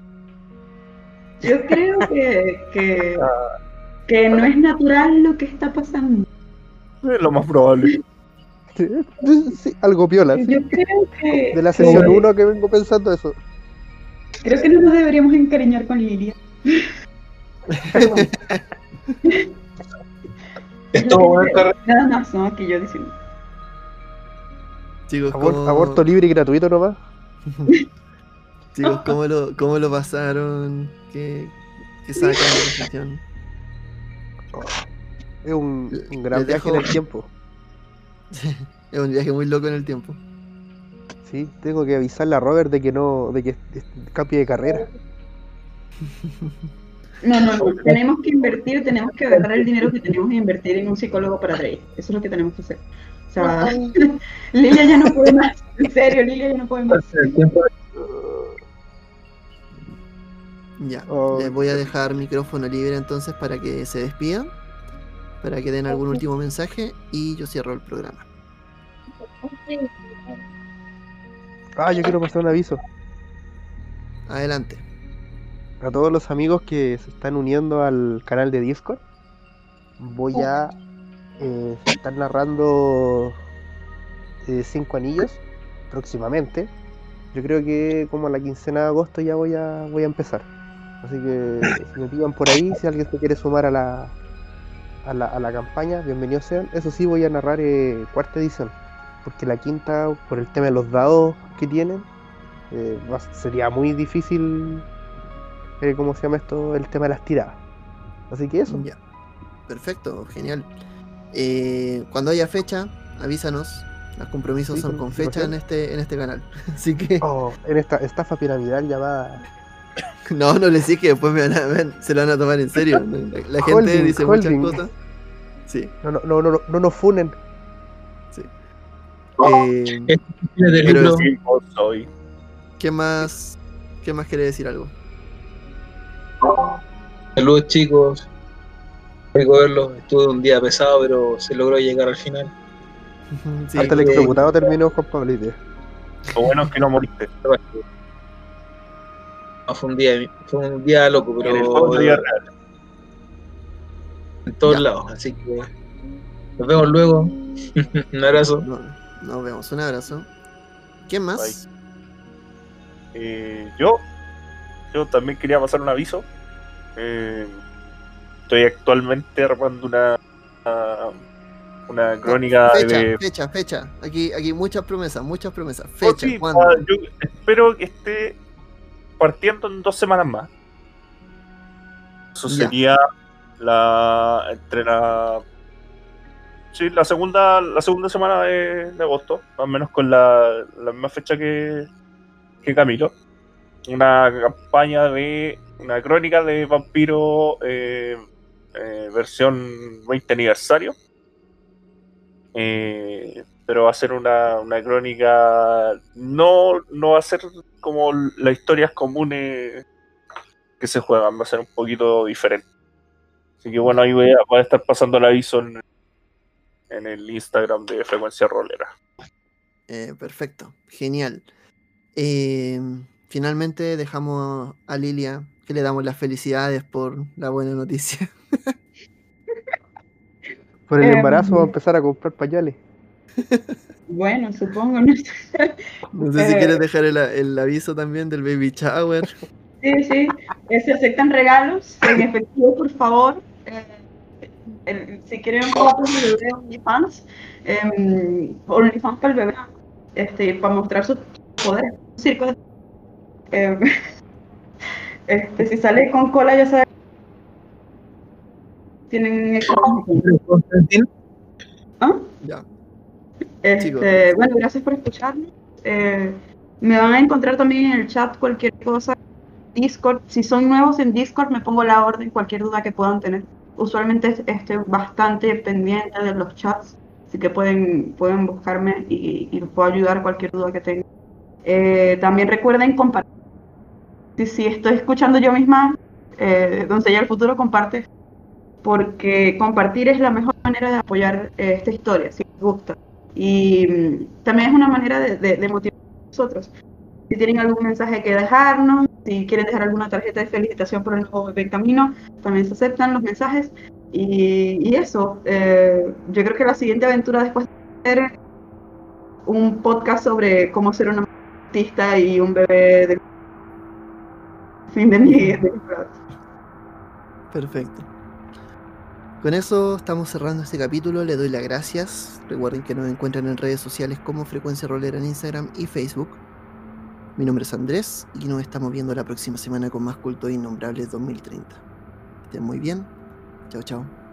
Yo creo que, que, Ah, que no es natural lo que está pasando. es lo más probable. Sí, sí, algo piola. sí. Yo creo que, De la sesión que- uno que vengo pensando eso. creo que no nos deberíamos encariñar con Lilia. Pero bueno. Es lo Estuvo que buena creo. esta Nada más, ¿no? Que yo diciendo. Chicos, Abor- ¿cómo... Aborto libre y gratuito nomás. Chicos, ¿cómo lo, cómo lo pasaron? ¿Qué, qué sacan de la sesión? Es un, un gran Les viaje dejo- en el tiempo. Es un viaje muy loco en el tiempo. Sí, tengo que avisarle a Robert de que no, de que es- cambie de carrera. No, no, no. Tenemos que invertir, tenemos que agarrar el dinero que tenemos e invertir en un psicólogo para Drake. Eso es lo que tenemos que hacer. O sea, Lilia ya no puede más. En serio, Lilia ya no puede más. El tiempo Ya, Oh, les voy a dejar micrófono libre entonces para que se despidan, para que den algún último mensaje y yo cierro el programa. Ah, yo quiero pasar un aviso Adelante. a todos los amigos que se están uniendo al canal de Discord. Voy a eh, estar narrando eh, Cinco Anillos próximamente. Yo creo que como a la quincena de agosto ya voy a voy a empezar. Así que si me pillan por ahí, si alguien se quiere sumar a la a la, a la campaña, bienvenidos sean. Eso sí, voy a narrar eh, cuarta edición, porque la quinta, por el tema de los dados que tienen, eh, va- sería muy difícil, eh, ¿cómo se llama esto? El tema de las tiradas. Así que eso. Ya, perfecto, genial. Eh, cuando haya fecha, avísanos. Los compromisos Sí, son con con fecha en anticipación. este, en este canal. Así que Oh, en esta estafa piramidal llamada no, no les dije que después me van a- me van- se lo van a tomar en serio. La, la gente Holding, dice holding. muchas cosas. Sí, no, no, no, no, no, no nos funen. sí. Eh, Este es del Pero libro. es- Sí, vos soy. ¿qué más? ¿Qué más quiere decir algo? Saludos, chicos. Rico verlos. Estuvo un día pesado, pero se logró llegar al final. Sí, Hasta el que- exdiputado terminó Juan Pablo Iglesias. Lo bueno es que no moriste. No, fue un día, fue un día loco, En el juego pero de vida real. en todos Ya. lados. Así que nos vemos luego. Un abrazo. no- nos vemos, un abrazo. ¿Quién más? Eh, yo, yo también quería pasar un aviso. Eh, estoy actualmente armando una una, una crónica Fecha, de. fecha, fecha. Aquí, aquí muchas promesas, muchas promesas. Oh, Fecha, sí, ¿cuándo? ah, yo espero que esté partiendo en dos semanas más. Eso Ya. sería la entre la sí, la segunda la segunda semana de, de agosto, más o menos con la, la misma fecha que, que Camilo. Una campaña de una crónica de vampiro eh, eh, versión veinte aniversario. Eh, pero va a ser una, una crónica, no, no va a ser como las historias comunes que se juegan, va a ser un poquito diferente. Así que bueno, ahí voy a, voy a estar pasando el aviso en, en el Instagram de Frecuencia Rolera. Eh, perfecto, genial. Eh, finalmente dejamos a Lilia, que le damos las felicidades por la buena noticia. Por el Eh, embarazo va a empezar a comprar pañales. Bueno, supongo, no sé. No sé si Eh, quieres dejar el, el aviso también del baby shower. Sí, sí. Eh, se aceptan regalos en efectivo, por favor. Eh, el- si quieren fotos de bebé OnlyFans, eh, OnlyFans para el bebé, este, para mostrar sus poderes. Un circo de- eh, este, si sale con cola, ya saben, tienen Constantín, ¿Ah? Ya. Este, Chicos. bueno, gracias por escucharnos. Eh, me van a encontrar también en el chat cualquier cosa. Discord, si son nuevos en Discord, me pongo la orden, cualquier duda que puedan tener. Usualmente estoy bastante pendiente de los chats, así que pueden, pueden buscarme y, y les puedo ayudar cualquier duda que tengan. Eh, también recuerden compartir. Si, si estoy escuchando yo misma, eh, Doncella del Futuro comparte, porque compartir es la mejor manera de apoyar eh, esta historia, si les gusta. Y mm, también es una manera de, de, de motivar a nosotros. Si tienen algún mensaje que dejarnos, si quieren dejar alguna tarjeta de felicitación por el nuevo bebé en camino, también se aceptan los mensajes. Y, y eso, eh, yo creo que la siguiente aventura después de hacer un podcast sobre cómo ser una artista y un bebé del fin de mi de mi frase. Perfecto. Con eso estamos cerrando este capítulo. Les doy las gracias. Recuerden que nos encuentran en redes sociales como Frecuencia Rolera en Instagram y Facebook. Mi nombre es Andrés y nos estamos viendo la próxima semana con más Cultos Innombrables dos mil treinta. Estén muy bien. Chao, chao.